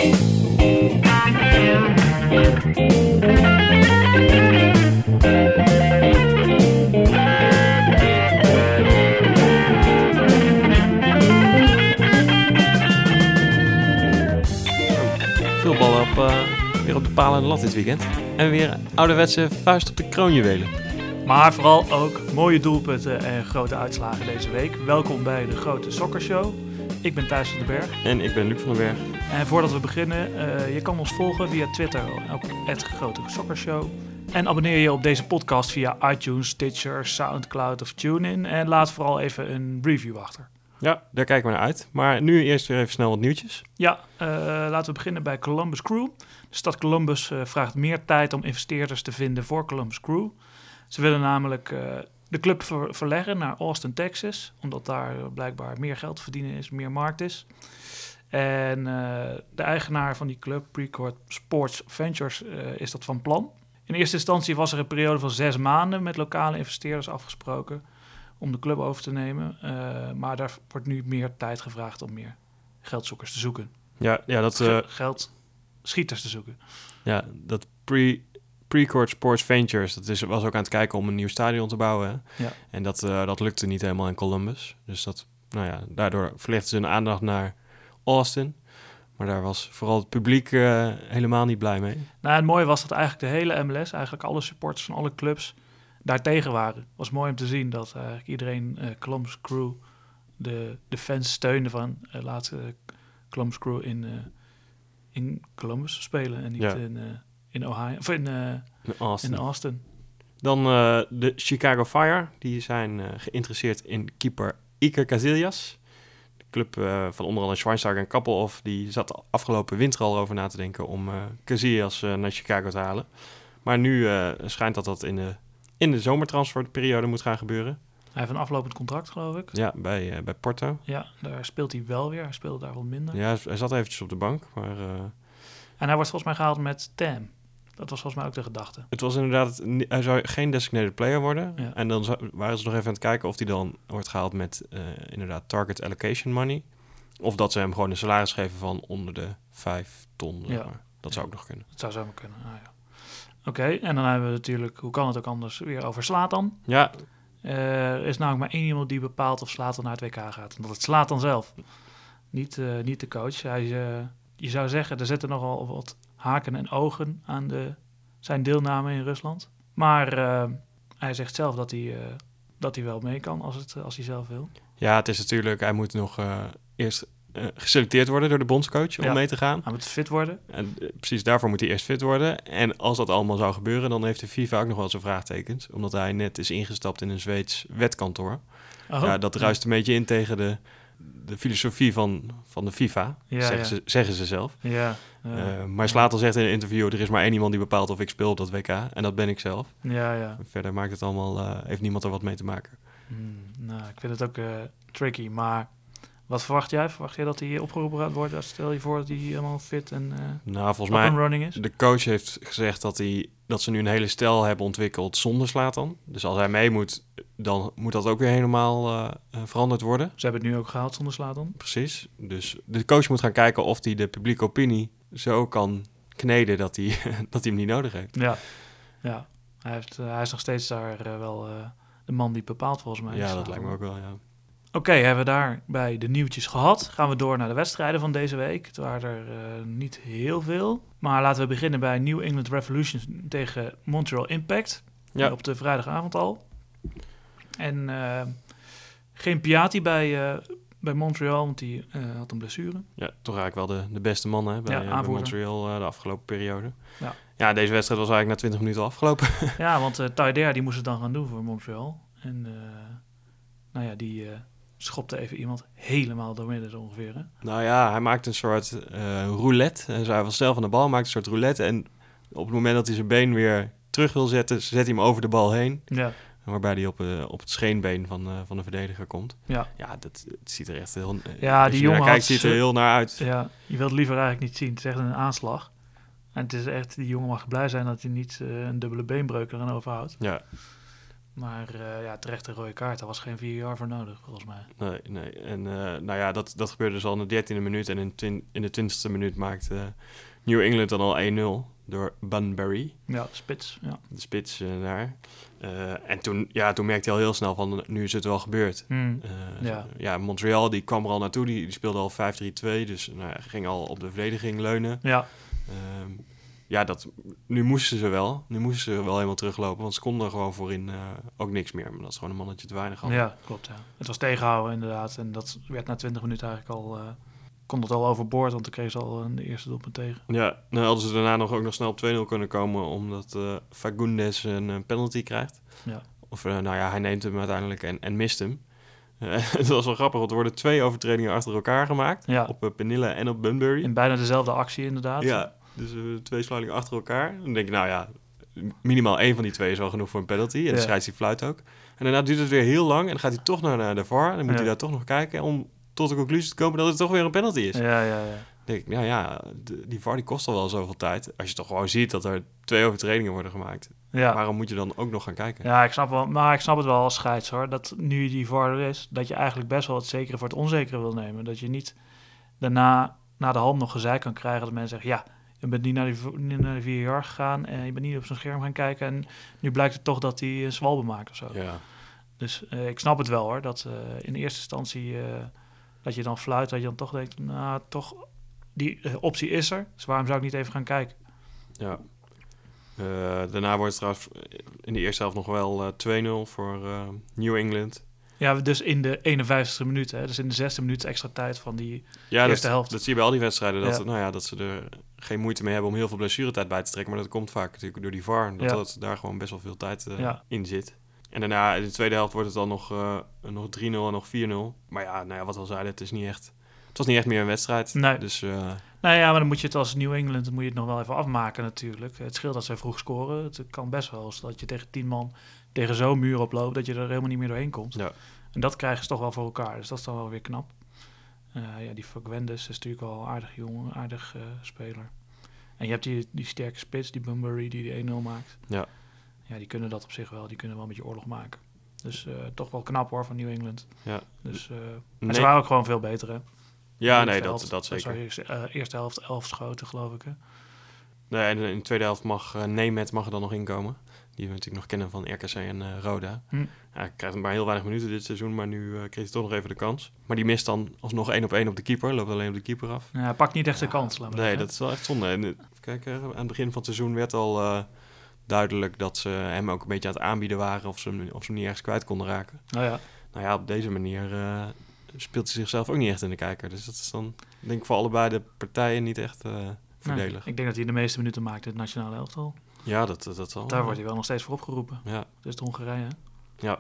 Veel ballen weer op de palen en de lat dit weekend. En weer ouderwetse vuist op de kroonjuwelen. Maar vooral ook mooie doelpunten en grote uitslagen deze week. Welkom bij de Grote Sokkershow. Ik ben Thijs van den Berg. En ik ben Luc van den Berg. En voordat we beginnen, je kan ons volgen via Twitter op @GroteSokkershow. En abonneer je op deze podcast via iTunes, Stitcher, Soundcloud of TuneIn. En laat vooral even een review achter. Ja, daar kijken we naar uit. Maar nu eerst weer even snel wat nieuwtjes. Ja, laten we beginnen bij Columbus Crew. De stad Columbus vraagt meer tijd om investeerders te vinden voor Columbus Crew. Ze willen namelijk de club verleggen naar Austin, Texas. Omdat daar blijkbaar meer geld te verdienen is, meer markt is. En de eigenaar van die club, Precourt Sports Ventures, is dat van plan. In eerste instantie was er een periode van 6 maanden met lokale investeerders afgesproken om de club over te nemen. Maar daar wordt nu meer tijd gevraagd om meer geldzoekers te zoeken. Ja, dat Geldschieters te zoeken. Ja, dat Precourt Sports Ventures, was ook aan het kijken om een nieuw stadion te bouwen. Hè? Ja. En dat lukte niet helemaal in Columbus. Dus daardoor verlegden ze hun aandacht naar Austin. Maar daar was vooral het publiek helemaal niet blij mee. Nou, het mooie was dat eigenlijk de hele MLS, eigenlijk alle supporters van alle clubs, daartegen waren. Het was mooi om te zien dat iedereen Columbus Crew, de fans steunde van laat Columbus Crew in Columbus spelen en niet in Ohio of in Austin. Dan de Chicago Fire. Die zijn geïnteresseerd in keeper Iker Casillas. De club van onder andere Schweinsteiger en Kappelhoff, die zat afgelopen winter al over na te denken om Casillas naar Chicago te halen. Maar nu schijnt dat in de zomertransferperiode moet gaan gebeuren. Hij heeft een aflopend contract, geloof ik. Ja, bij Porto. Ja, daar speelt hij wel weer. Hij speelde daar wat minder. Ja, hij zat eventjes op de bank, maar... En hij wordt volgens mij gehaald met TAM. Dat was volgens mij ook de gedachte. Het was inderdaad... Hij zou geen designated player worden. Ja. En dan waren ze nog even aan het kijken of hij dan wordt gehaald met inderdaad target allocation money. Of dat ze hem gewoon een salaris geven van onder de 5 ton. Zeg maar. Dat zou ook nog kunnen. Dat zou zomaar kunnen, ja. Oké, en dan hebben we natuurlijk, hoe kan het ook anders, weer over Zlatan. Ja. Er is namelijk maar één iemand die bepaalt of Zlatan naar het WK gaat. En dat is Zlatan zelf. Niet de coach. Je zou zeggen, er zitten nogal wat haken en ogen aan zijn deelname in Rusland. Maar hij zegt zelf dat hij wel mee kan als hij zelf wil. Ja, het is natuurlijk, hij moet nog eerst geselecteerd worden door de bondscoach om mee te gaan. Hij moet fit worden. En precies daarvoor moet hij eerst fit worden. En als dat allemaal zou gebeuren, dan heeft de FIFA ook nog wel zijn vraagtekens. Omdat hij net is ingestapt in een Zweeds wetkantoor. Oh. Ja, dat ruist een beetje in tegen de filosofie van de FIFA, zeggen ze zelf. Ja. Maar Zlatan zegt in een interview, er is maar één iemand die bepaalt of ik speel op dat WK. En dat ben ik zelf. Ja. Verder maakt het allemaal, heeft niemand er wat mee te maken. Nou, ik vind het ook tricky, maar wat verwacht jij? Verwacht jij dat hij opgeroepen gaat worden? Stel je voor dat hij helemaal fit en volgens mij running is? De coach heeft gezegd dat ze nu een hele stijl hebben ontwikkeld zonder Zlatan. Dus als hij mee moet, dan moet dat ook weer helemaal veranderd worden. Ze hebben het nu ook gehaald zonder Zlatan. Precies. Dus de coach moet gaan kijken of hij de publieke opinie zo kan kneden dat hij hem niet nodig heeft. Ja. Hij is nog steeds daar wel de man die bepaalt volgens mij. Ja, dat lijkt me ook wel, ja. Oké, hebben we daarbij de nieuwtjes gehad. Gaan we door naar de wedstrijden van deze week. Het waren er niet heel veel. Maar laten we beginnen bij New England Revolution tegen Montreal Impact. Ja. Op de vrijdagavond al. En geen Piatti bij Montreal, want die had een blessure. Ja, toch eigenlijk wel de beste man hè, bij Montreal de afgelopen periode. Ja, deze wedstrijd was eigenlijk na 20 minuten afgelopen. Ja, want Taider die moest het dan gaan doen voor Montreal. En die schopte even iemand helemaal doormidden zo ongeveer. Hè? Nou ja, hij maakt een soort roulette. Dus hij was zelf aan de bal, maakt een soort roulette. En op het moment dat hij zijn been weer terug wil zetten, zet hij hem over de bal heen. Ja. Waarbij hij op het scheenbeen van de verdediger komt. Ja, het ziet er echt heel... Ja, die jongen kijkt, ziet er heel naar uit. Ja, je wilt het liever eigenlijk niet zien. Het is echt een aanslag. En het is echt, die jongen mag blij zijn dat hij niet een dubbele beenbreuk eraan overhoudt. Ja. Maar terecht een rode kaart. Daar was geen 4 jaar voor nodig, volgens mij. Nee. En dat gebeurde dus al in de 13e minuut. En in de 20e minuut maakte New England dan al 1-0 door Bunbury. Ja, de spits. Ja. De spits daar. En toen merkte hij al heel snel van, nu is het wel gebeurd. Montreal die kwam er al naartoe. Die speelde al 5-3-2. Dus ging al op de verdediging leunen. Ja. Nu moesten ze wel. Nu moesten ze wel helemaal teruglopen. Want ze konden er gewoon voorin ook niks meer. Maar dat is gewoon een mannetje te weinig. Ja, klopt. Ja. Het was tegenhouden inderdaad. En dat werd na 20 minuten eigenlijk al... kon het al overboord, want toen kreeg ze al de eerste doelpunt tegen. Ja, nou hadden ze daarna ook nog snel op 2-0 kunnen komen... omdat Fagundes een penalty krijgt. Ja. Of hij neemt hem uiteindelijk en mist hem. Het was wel grappig, want er worden 2 overtredingen achter elkaar gemaakt. Ja. Op Penilla en op Bunbury. In bijna dezelfde actie inderdaad. Ja, dus 2 sluitingen achter elkaar. Dan denk ik, minimaal 1 van die 2 is wel genoeg voor een penalty. En de scheids die fluit ook. En daarna duurt het weer heel lang en dan gaat hij toch naar de VAR. Dan moet hij daar toch nog kijken om tot de conclusie te komen dat het toch weer een penalty is. Ja. Dan denk ik, die VAR die kost al wel zoveel tijd. Als je toch gewoon ziet dat er 2 overtredingen worden gemaakt. Ja. Waarom moet je dan ook nog gaan kijken? Ja, ik snap het wel als scheids hoor. Dat nu die VAR er is, dat je eigenlijk best wel het zekere voor het onzekere wil nemen. Dat je niet daarna na de hand nog gezeik kan krijgen dat mensen zeggen... ja, je bent niet naar de 4 jaar gegaan en je bent niet op zo'n scherm gaan kijken... en nu blijkt het toch dat hij een zwalbe maakt of zo. Ja. Dus ik snap het wel hoor, dat in eerste instantie dat je dan fluit... dat je dan toch denkt, toch, die optie is er. Dus waarom zou ik niet even gaan kijken? Ja. Daarna wordt het trouwens in de eerste helft nog wel 2-0 voor New England. Ja, dus in de 51e minuut, hè? Dus in de 6e minuut extra tijd van die eerste helft. Dat zie je bij al die wedstrijden, dat ze er geen moeite mee hebben om heel veel blessuretijd bij te trekken. Maar dat komt vaak natuurlijk door die VAR, dat daar gewoon best wel veel tijd in zit. En daarna in de tweede helft wordt het dan nog 3-0 en nog 4-0. Maar wat we al zeiden, het was niet echt meer een wedstrijd. Nee. Dus... maar dan moet je het als New England moet je het nog wel even afmaken natuurlijk. Het scheelt dat zij vroeg scoren. Het kan best wel eens dat je tegen 10 man tegen zo'n muur oploopt... dat je er helemaal niet meer doorheen komt. Ja. En dat krijgen ze toch wel voor elkaar. Dus dat is dan wel weer knap. Die Fagundes is natuurlijk wel een aardig jongen, aardig speler. En je hebt die sterke spits, die Bunbury, die 1-0 maakt. Ja. Ja, die kunnen dat op zich wel. Die kunnen wel een beetje oorlog maken. Dus toch wel knap hoor, van New England. Ja. Dus, maar ze waren ook gewoon veel beter, hè? Ja, dat zeker. Eerste helft 11 schoten, geloof ik, hè? Nee, en in de tweede helft mag Nemeth er dan nog inkomen. Die we natuurlijk nog kennen van RKC en Roda. Hij krijgt maar heel weinig minuten dit seizoen, maar nu kreeg hij toch nog even de kans. Maar die mist dan alsnog 1-op-1 op de keeper, loopt alleen op de keeper af. Ja, hij pakt niet echt de kans. Nee, dat is wel echt zonde. En, kijk, aan het begin van het seizoen werd al duidelijk dat ze hem ook een beetje aan het aanbieden waren of ze hem niet ergens kwijt konden raken. Op deze manier speelt hij zichzelf ook niet echt in de kijker. Dus dat is dan, denk ik, voor allebei de partijen niet echt voordelig. Ik denk dat hij de meeste minuten maakt in het nationale elftal. Ja, dat zal. Daar wordt hij wel nog steeds voor opgeroepen. Ja. Dat is de Hongarije, hè? Ja.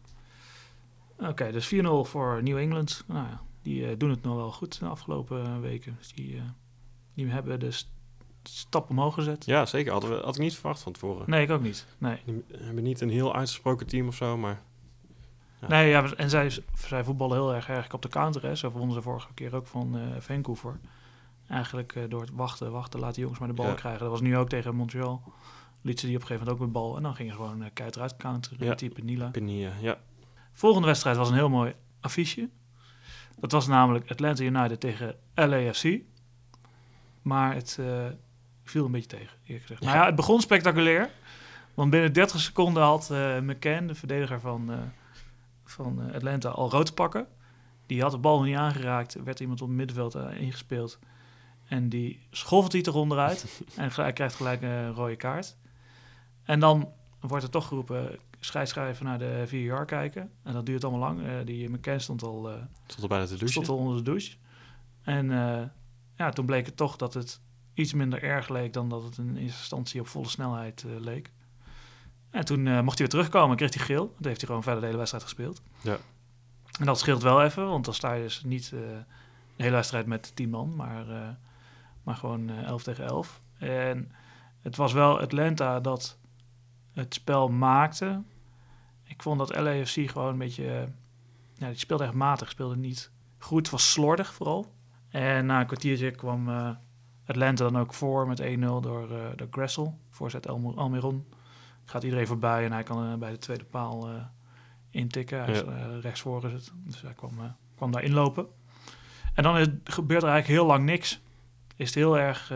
Oké, dus 4-0 voor New England. Die doen het nog wel goed de afgelopen weken. Dus die hebben de stap omhoog gezet. Ja, zeker. Had ik niet verwacht van tevoren. Nee, ik ook niet. Nee. Die hebben niet een heel uitgesproken team of zo, maar... Ja. Nee, en zij voetballen heel erg op de counter. Hè. Zo vonden ze vorige keer ook van Vancouver. Eigenlijk door het wachten, laat die jongens maar de bal krijgen. Dat was nu ook tegen Montreal. Liet ze die op een gegeven moment ook met bal. En dan gingen ze gewoon keihard eruit counteren. Ja. Type Penilla. Ja. Volgende wedstrijd was een heel mooi affiche. Dat was namelijk Atlanta United tegen LAFC. Maar het viel een beetje tegen, eerlijk gezegd. Nou ja, het begon spectaculair. Want binnen 30 seconden had McCann, de verdediger van Atlanta, al rood te pakken. Die had de bal nog niet aangeraakt. Er werd iemand op het middenveld ingespeeld. En die schoffelt hij toch onderuit. En hij krijgt gelijk een rode kaart. En dan wordt er toch geroepen, scheidsschrijver naar de 4 jaar kijken. En dat duurt allemaal lang. Die McCann stond al bijna te douchen. Stond al onder de douche. En toen bleek het toch dat het iets minder erg leek dan dat het in eerste instantie op volle snelheid leek. En toen mocht hij weer terugkomen, kreeg hij geel. Toen heeft hij gewoon verder de hele wedstrijd gespeeld. Ja. En dat scheelt wel even, want dan sta je dus niet de hele wedstrijd met 10 man, maar gewoon 11 tegen 11. En het was wel Atlanta dat het spel maakte. Ik vond dat LAFC gewoon een beetje... die speelde echt matig, speelde niet goed. Het was slordig vooral. En na een kwartiertje kwam Atlanta dan ook voor met 1-0 door Gressel. Voorzet Almiron Gaat iedereen voorbij en hij kan bij de tweede paal intikken. Hij is, rechtsvoor is het, dus hij kwam daar inlopen. En dan gebeurt er eigenlijk heel lang niks. Is het heel erg...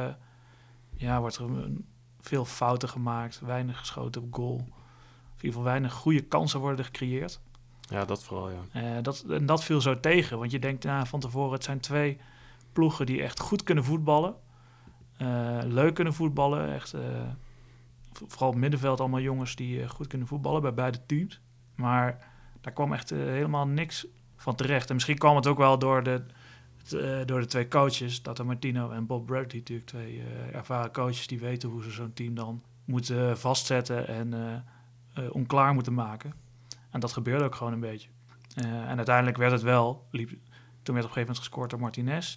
wordt er veel fouten gemaakt, weinig geschoten op goal. In ieder geval weinig goede kansen worden gecreëerd. Ja, dat vooral, ja. Dat viel zo tegen, want je denkt van tevoren... het zijn 2 ploegen die echt goed kunnen voetballen. Leuk kunnen voetballen. Echt, vooral op het middenveld allemaal jongens die goed kunnen voetballen bij beide teams. Maar daar kwam echt helemaal niks van terecht. En misschien kwam het ook wel door de 2 coaches, Tata Martino en Bob Bradley, natuurlijk 2 ervaren coaches die weten hoe ze zo'n team dan moeten vastzetten en onklaar moeten maken. En dat gebeurde ook gewoon een beetje. En uiteindelijk werd het wel, toen werd op een gegeven moment gescoord door Martinez,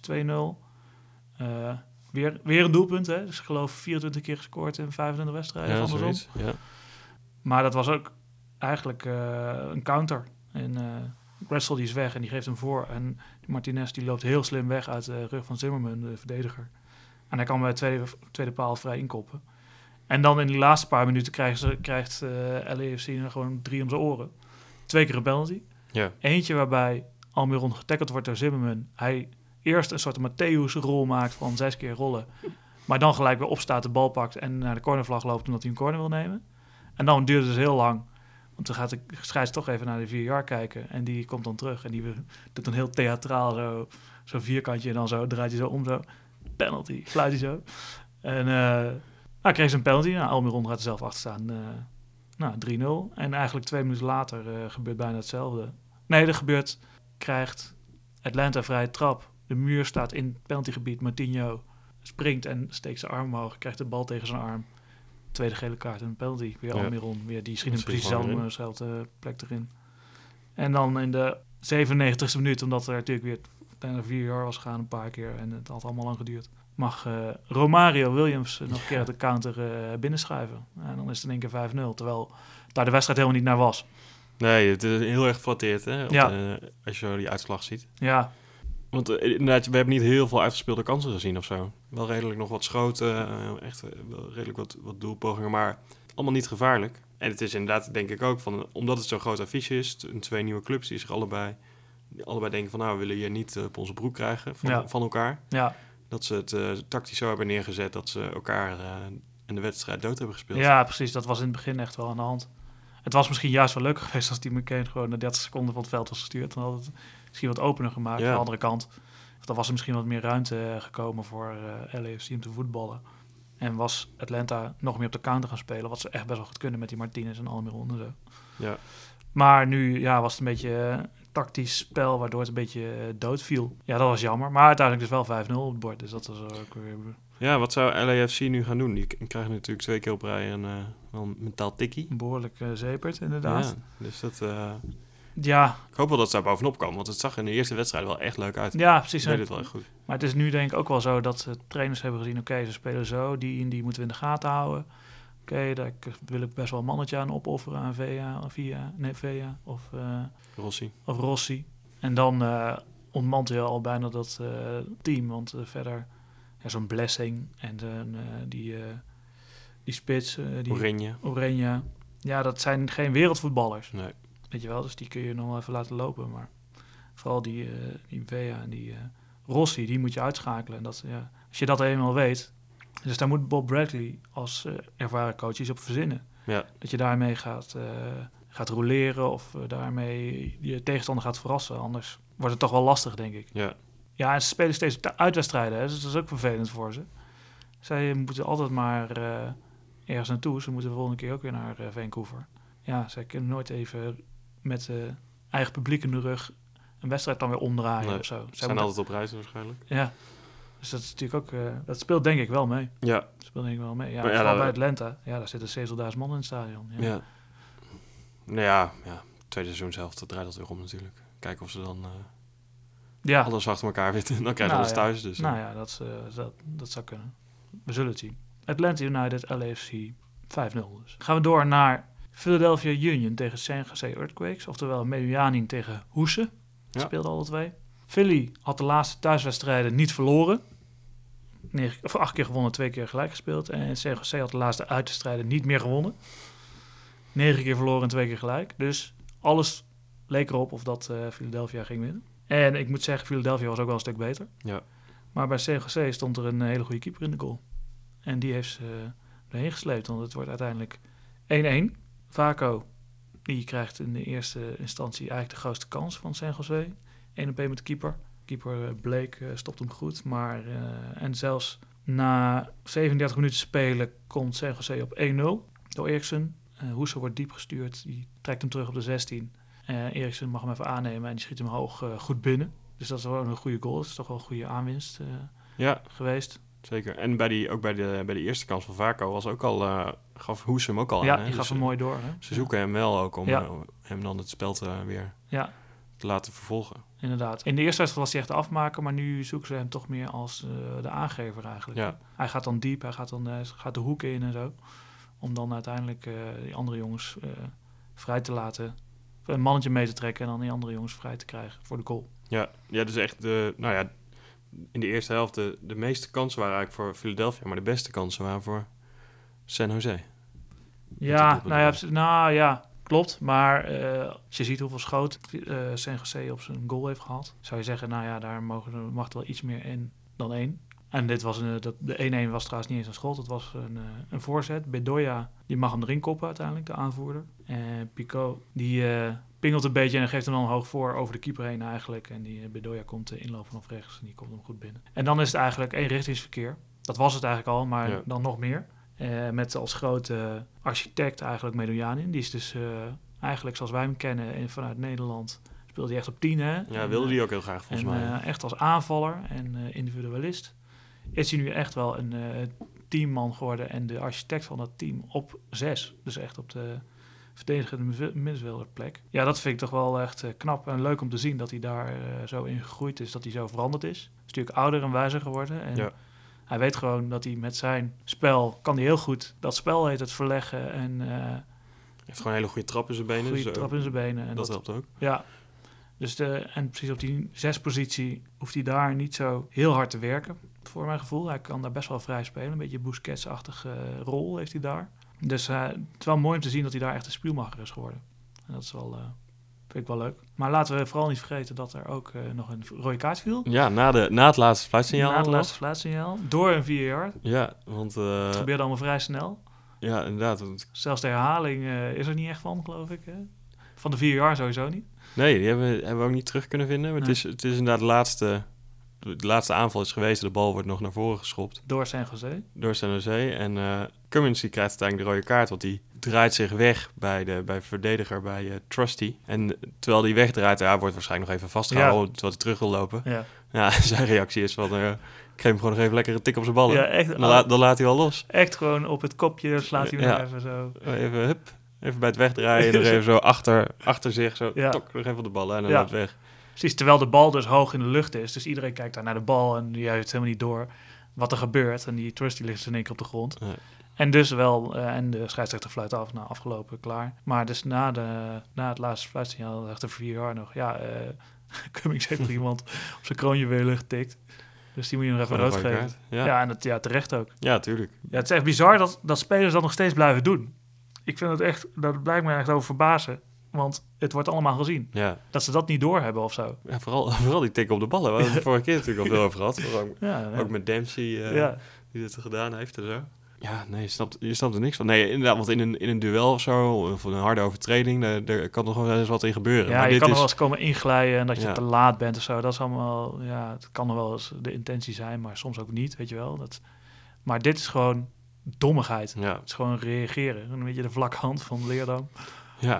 2-0. Weer een doelpunt, hè? Dus ik geloof 24 keer gescoord in 25 wedstrijden. Ja, zoiets, ja. Maar dat was ook eigenlijk een counter. En Gressel die is weg en die geeft hem voor. En Martinez die loopt heel slim weg uit de rug van Zimmerman, de verdediger. En hij kan bij de tweede paal vrij inkoppen. En dan in die laatste paar minuten krijgt LAFC gewoon 3 om zijn oren. 2 keer een penalty. Ja. Eentje waarbij Almiron getackeld wordt door Zimmerman. Hij eerst een soort Matthäus-rol maakt van 6 keer rollen. Maar dan gelijk weer opstaat, de bal pakt en naar de cornervlag loopt omdat hij een corner wil nemen. En dan duurt het dus heel lang. Want dan gaat de scheids toch even naar de VAR kijken. En die komt dan terug. En die doet dan heel theatraal zo'n vierkantje. En dan zo draait hij zo om zo. Penalty, fluit hij zo. En kreeg ze een penalty. Almiron gaat er zelf achter staan. 3-0. En eigenlijk 2 minuten later gebeurt bijna hetzelfde. Nee, krijgt Atlanta vrije trap. De muur staat in het penaltygebied. Martinho springt en steekt zijn arm omhoog. Krijgt de bal tegen zijn arm. Tweede gele kaart en een penalty. Weer Almiron. Weer die schiet hem precies dezelfde plek erin. En dan in de 97e minuut, omdat er natuurlijk weer bijna 4 jaar was gegaan een paar keer. En het had allemaal lang geduurd. Mag Romario Williams nog een keer uit de counter binnenschuiven. En dan is het in één keer 5-0. Terwijl daar de wedstrijd helemaal niet naar was. Nee, het is heel erg geflatteerd, hè? Als je zo die uitslag ziet. Ja. Want inderdaad, we hebben niet heel veel uitgespeelde kansen gezien of zo. Wel redelijk nog wat schoten, echt wel redelijk wat doelpogingen, maar allemaal niet gevaarlijk. En het is inderdaad, denk ik ook, omdat het zo'n groot affiche is, 2 nieuwe clubs die zich allebei denken van, we willen hier niet op onze broek krijgen van elkaar. Ja. Dat ze het tactisch zo hebben neergezet dat ze elkaar in de wedstrijd dood hebben gespeeld. Ja, precies. Dat was in het begin echt wel aan de hand. Het was misschien juist wel leuk geweest als die McCain gewoon na 30 seconden van het veld was gestuurd. Dan had het misschien wat opener gemaakt. Aan de andere kant, dan was er misschien wat meer ruimte gekomen voor LAFC om te voetballen. En was Atlanta nog meer op de counter gaan spelen, wat ze echt best wel goed kunnen met die Martinez en Almiron en zo. Ja. Maar nu was het een beetje tactisch spel, waardoor het een beetje dood viel. Ja, dat was jammer. Maar uiteindelijk dus wel 5-0 op het bord. Dus dat was ook weer... Ja, wat zou LAFC nu gaan doen? Die krijgen natuurlijk 2 keer op rij en wel een mentaal tikkie. Behoorlijk zeperd, inderdaad. Ja, dus dat... Ja. Ik hoop wel dat ze daar bovenop komen, want het zag in de eerste wedstrijd wel echt leuk uit. Ja, precies. Ze deden het wel echt goed. Maar het is nu denk ik ook wel zo dat trainers hebben gezien, oké, ze spelen zo, die moeten we in de gaten houden. Oké, daar wil ik best wel een mannetje aan opofferen aan Vea of Rossi. En dan ontmantel je al bijna dat team, want verder zo'n Blessing en die spits, Oranje. Ja, dat zijn geen wereldvoetballers. Nee. Weet je wel, dus die kun je nog wel even laten lopen. Maar vooral die Vea en die Rossi, die moet je uitschakelen. En dat, als je dat eenmaal weet... Dus daar moet Bob Bradley als ervaren coach iets op verzinnen. Ja. Dat je daarmee gaat roleren of daarmee je tegenstander gaat verrassen. Anders wordt het toch wel lastig, denk ik. Ja, en ze spelen steeds uitwedstrijden, hè, dus dat is ook vervelend voor ze. Zij moeten altijd maar ergens naartoe. Ze moeten de volgende keer ook weer naar Vancouver. Ja, zij kunnen nooit even met eigen publiek in de rug een wedstrijd dan weer omdraaien of zo. Ze zijn altijd op reis waarschijnlijk. Ja, dus dat is natuurlijk ook... dat speelt denk ik wel mee. Ja. Dat speelt denk ik wel mee. Ja, vooral bij Atlanta. Ja, daar zitten 70.000 man in het stadion. Ja. Nou ja, tweede seizoen zelf, dat draait dat weer om natuurlijk. Kijken of ze dan alles achter elkaar weten. Dan krijgen we alles thuis. Dus, dat zou kunnen. We zullen het zien. Atlanta United, LAFC 5-0 dus. Gaan we door naar Philadelphia Union tegen San Jose Earthquakes. Oftewel Meduanin tegen Hoesen. Speelden alle 2. Philly had de laatste thuiswedstrijden niet verloren. 8 keer gewonnen, 2 keer gelijk gespeeld. En CGC had de laatste uitwedstrijden niet meer gewonnen. 9 keer verloren en 2 keer gelijk. Dus alles leek erop of dat Philadelphia ging winnen. En ik moet zeggen, Philadelphia was ook wel een stuk beter. Ja. Maar bij CGC stond er een hele goede keeper in de goal. En die heeft ze erheen gesleept, want het wordt uiteindelijk 1-1. Vaco, die krijgt in de eerste instantie eigenlijk de grootste kans van San Jose. 1-1 met de keeper. Keeper Blake stopt hem goed. Maar, en zelfs na 37 minuten spelen komt San Jose op 1-0 door Eriksson. Hoeser wordt diep gestuurd. Die trekt hem terug op de 16. Eriksson mag hem even aannemen en die schiet hem hoog goed binnen. Dus dat is wel een goede goal. Dat is toch wel een goede aanwinst geweest. Zeker. En bij de eerste kans van Vaco was ook al, gaf Hoes hem ook al aan. Ja, hè? die gaf hem mooi door. Hè? Ze zoeken hem wel ook om hem dan het spel weer te laten vervolgen. Inderdaad. In de eerste wedstrijd was hij echt de afmaker, maar nu zoeken ze hem toch meer als de aangever eigenlijk. Ja. Hij gaat dan diep, hij gaat de hoeken in en zo. Om dan uiteindelijk die andere jongens vrij te laten, een mannetje mee te trekken en dan die andere jongens vrij te krijgen voor de goal. Ja, dus echt in de eerste helft de meeste kansen waren eigenlijk voor Philadelphia, maar de beste kansen waren voor San Jose. Ja, klopt. Maar als je ziet hoeveel schoten San Jose op zijn goal heeft gehad, zou je zeggen, daar mag er wel iets meer in dan 1. En dit was de 1-1 was trouwens niet eens een schot, het was een voorzet. Bedoya, die mag hem erin koppen uiteindelijk, de aanvoerder. En Pico, die pingelt een beetje en geeft hem dan hoog voor over de keeper heen eigenlijk. En die Bedoya komt inlopen vanaf rechts en die komt hem goed binnen. En dan is het eigenlijk eenrichtingsverkeer. Dat was het eigenlijk al, maar dan nog meer. Met als grote architect eigenlijk Medunjanin. Die is dus eigenlijk zoals wij hem kennen vanuit Nederland. Speelt hij echt op 10, hè? Ja, wilde hij ook heel graag volgens mij. Echt als aanvaller en individualist. Is hij nu echt wel een teamman geworden en de architect van dat team op 6. Dus echt op de verdedigende middenvelderplek. Ja, dat vind ik toch wel echt knap en leuk om te zien dat hij daar zo in gegroeid is, dat hij zo veranderd is. Hij is natuurlijk ouder en wijzer geworden. En hij weet gewoon dat hij met zijn spel, kan hij heel goed dat spel heet het verleggen. En heeft gewoon een hele goede trap in zijn benen. Trap in zijn benen. En dat helpt ook. Ja. Dus en precies op die 6-positie hoeft hij daar niet zo heel hard te werken, voor mijn gevoel. Hij kan daar best wel vrij spelen. Een beetje Busquets-achtige rol heeft hij daar. Dus het is wel mooi om te zien dat hij daar echt een spielmacher is geworden. En dat is wel, vind ik wel leuk. Maar laten we vooral niet vergeten dat er ook nog een rode kaart viel. Ja, na het laatste fluitsignaal. Na het laatste fluitsignaal. Door een VAR. Ja, want het gebeurde allemaal vrij snel. Ja, inderdaad. Zelfs de herhaling is er niet echt van, geloof ik. Hè? Van de VAR sowieso niet. Nee, die hebben we ook niet terug kunnen vinden. Maar het is inderdaad de laatste aanval is geweest. De bal wordt nog naar voren geschopt. Door San Jose. En Cummins die krijgt uiteindelijk de rode kaart. Want die draait zich weg bij verdediger, bij Trusty. En terwijl die wegdraait, wordt waarschijnlijk nog even vastgehouden. Terwijl hij terug wil lopen. Ja, zijn reactie is van... ik geef hem gewoon nog even lekker een tik op zijn ballen. Ja, echt, dan laat hij wel los. Echt gewoon op het kopje slaat hij nog even zo. Even bij het wegdraaien. Nog even zo achter zich. Zo tok, nog even op de ballen en dan loopt weg. Precies, terwijl de bal dus hoog in de lucht is. Dus iedereen kijkt daar naar de bal en die heeft helemaal niet door wat er gebeurt. En die Trusty ligt dus in één keer op de grond. Nee. En dus wel, en de scheidsrechter fluit af, afgelopen, klaar. Maar dus na het laatste fluitsignaal dacht de VAR nog, Cummings heeft er iemand op zijn kroonjuwelen getikt. Dus die moet je nog even rood geven. Ja, en dat terecht ook. Ja, tuurlijk. Ja, het is echt bizar dat spelers dat nog steeds blijven doen. Ik vind het echt, dat blijkt me echt over verbazen. Want het wordt allemaal gezien. Ja. Dat ze dat niet doorhebben of zo. Ja, vooral die tik op de ballen. We hebben het vorige keer natuurlijk al veel over gehad. Ook met Dempsey, die dit gedaan heeft en zo. Ja, nee, je snapt er niks van. Nee, inderdaad, want in een duel of zo, of een harde overtreding, daar kan nog wel eens wat in gebeuren. Ja, maar je kan nog wel eens komen inglijden en dat je te laat bent of zo. Dat is allemaal, het kan nog wel eens de intentie zijn, maar soms ook niet, weet je wel. Maar dit is gewoon dommigheid. Ja. Het is gewoon reageren. Een beetje de vlakke hand van Leerdam. Ja.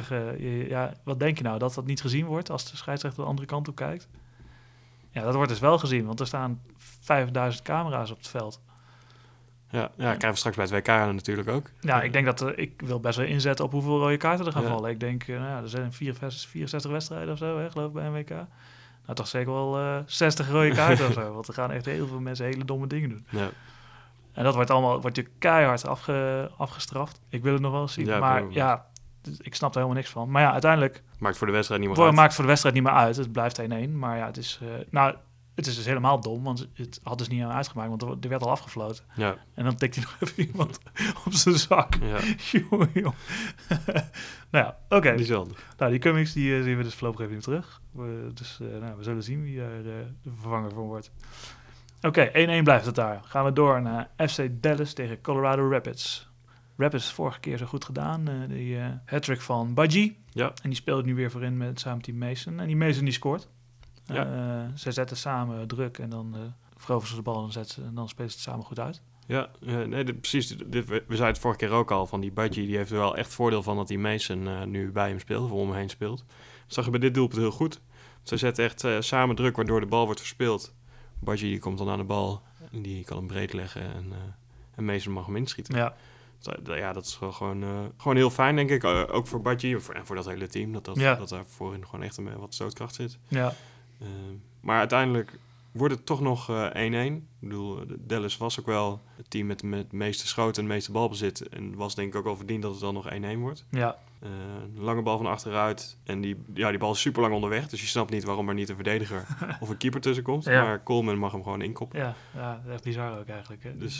Wat denk je nou? Dat niet gezien wordt als de scheidsrechter de andere kant op kijkt? Ja, dat wordt dus wel gezien, want er staan 5000 camera's op het veld. Ja, krijgen we straks bij het WK natuurlijk ook. Ja, ik denk dat ik wil best wel inzetten op hoeveel rode kaarten er gaan vallen. Ik denk, er zijn 64 wedstrijden of zo, geloof ik, bij een WK. Nou, toch zeker wel 60 rode kaarten of zo. Want er gaan echt heel veel mensen hele domme dingen doen. Ja. En dat wordt natuurlijk keihard afgestraft. Ik wil het nog wel eens zien. Ja, maar ik snap er helemaal niks van. Maar ja, uiteindelijk... Maakt voor de wedstrijd niet meer uit. Maakt voor de wedstrijd niet meer uit. Het blijft 1-1. Maar ja, het is... Het is dus helemaal dom, want het had dus niet aan uitgemaakt, want er werd al afgefloten. Ja. En dan tikt hij nog even iemand op zijn zak. Ja. Jongen. Nou ja, oké. Bijzonder. Nou, die Cummings die zien we dus voorlopig even niet terug. We zullen zien wie daar de vervanger van wordt. Oké, 1-1 blijft het daar. Gaan we door naar FC Dallas tegen Colorado Rapids. Rapids vorige keer zo goed gedaan. Die hat-trick van Budgie. Ja. En die speelt nu weer voorin samen met die Mason. En die Mason die scoort. Ja. Ze zetten samen druk en dan veroveren ze de bal en dan spelen ze het samen goed uit. Ja, nee, precies. We zeiden het vorige keer ook al van die Budgie. Die heeft er wel echt voordeel van dat die Mason nu bij hem speelt, of om hem heen speelt. Dat zag je bij dit doelpunt heel goed. Ze zetten echt samen druk, waardoor de bal wordt verspeeld. Budgie die komt dan aan de bal en die kan hem breed leggen en Mason mag hem inschieten. Ja. Ja, dat is wel gewoon heel fijn, denk ik. Ook voor Budgie en voor dat hele team. Dat daar voorin gewoon echt wat stootkracht zit. Ja. Maar uiteindelijk wordt het toch nog 1-1. Ik bedoel, Dallas was ook wel het team met het meeste schoten en het meeste balbezit. En was denk ik ook wel verdiend dat het dan nog 1-1 wordt. Ja. Lange bal van achteruit. En die bal is super lang onderweg. Dus je snapt niet waarom er niet een verdediger of een keeper tussen komt. Ja. Maar Coleman mag hem gewoon inkoppen. Ja, dat is echt bizar ook eigenlijk. Hè? Dus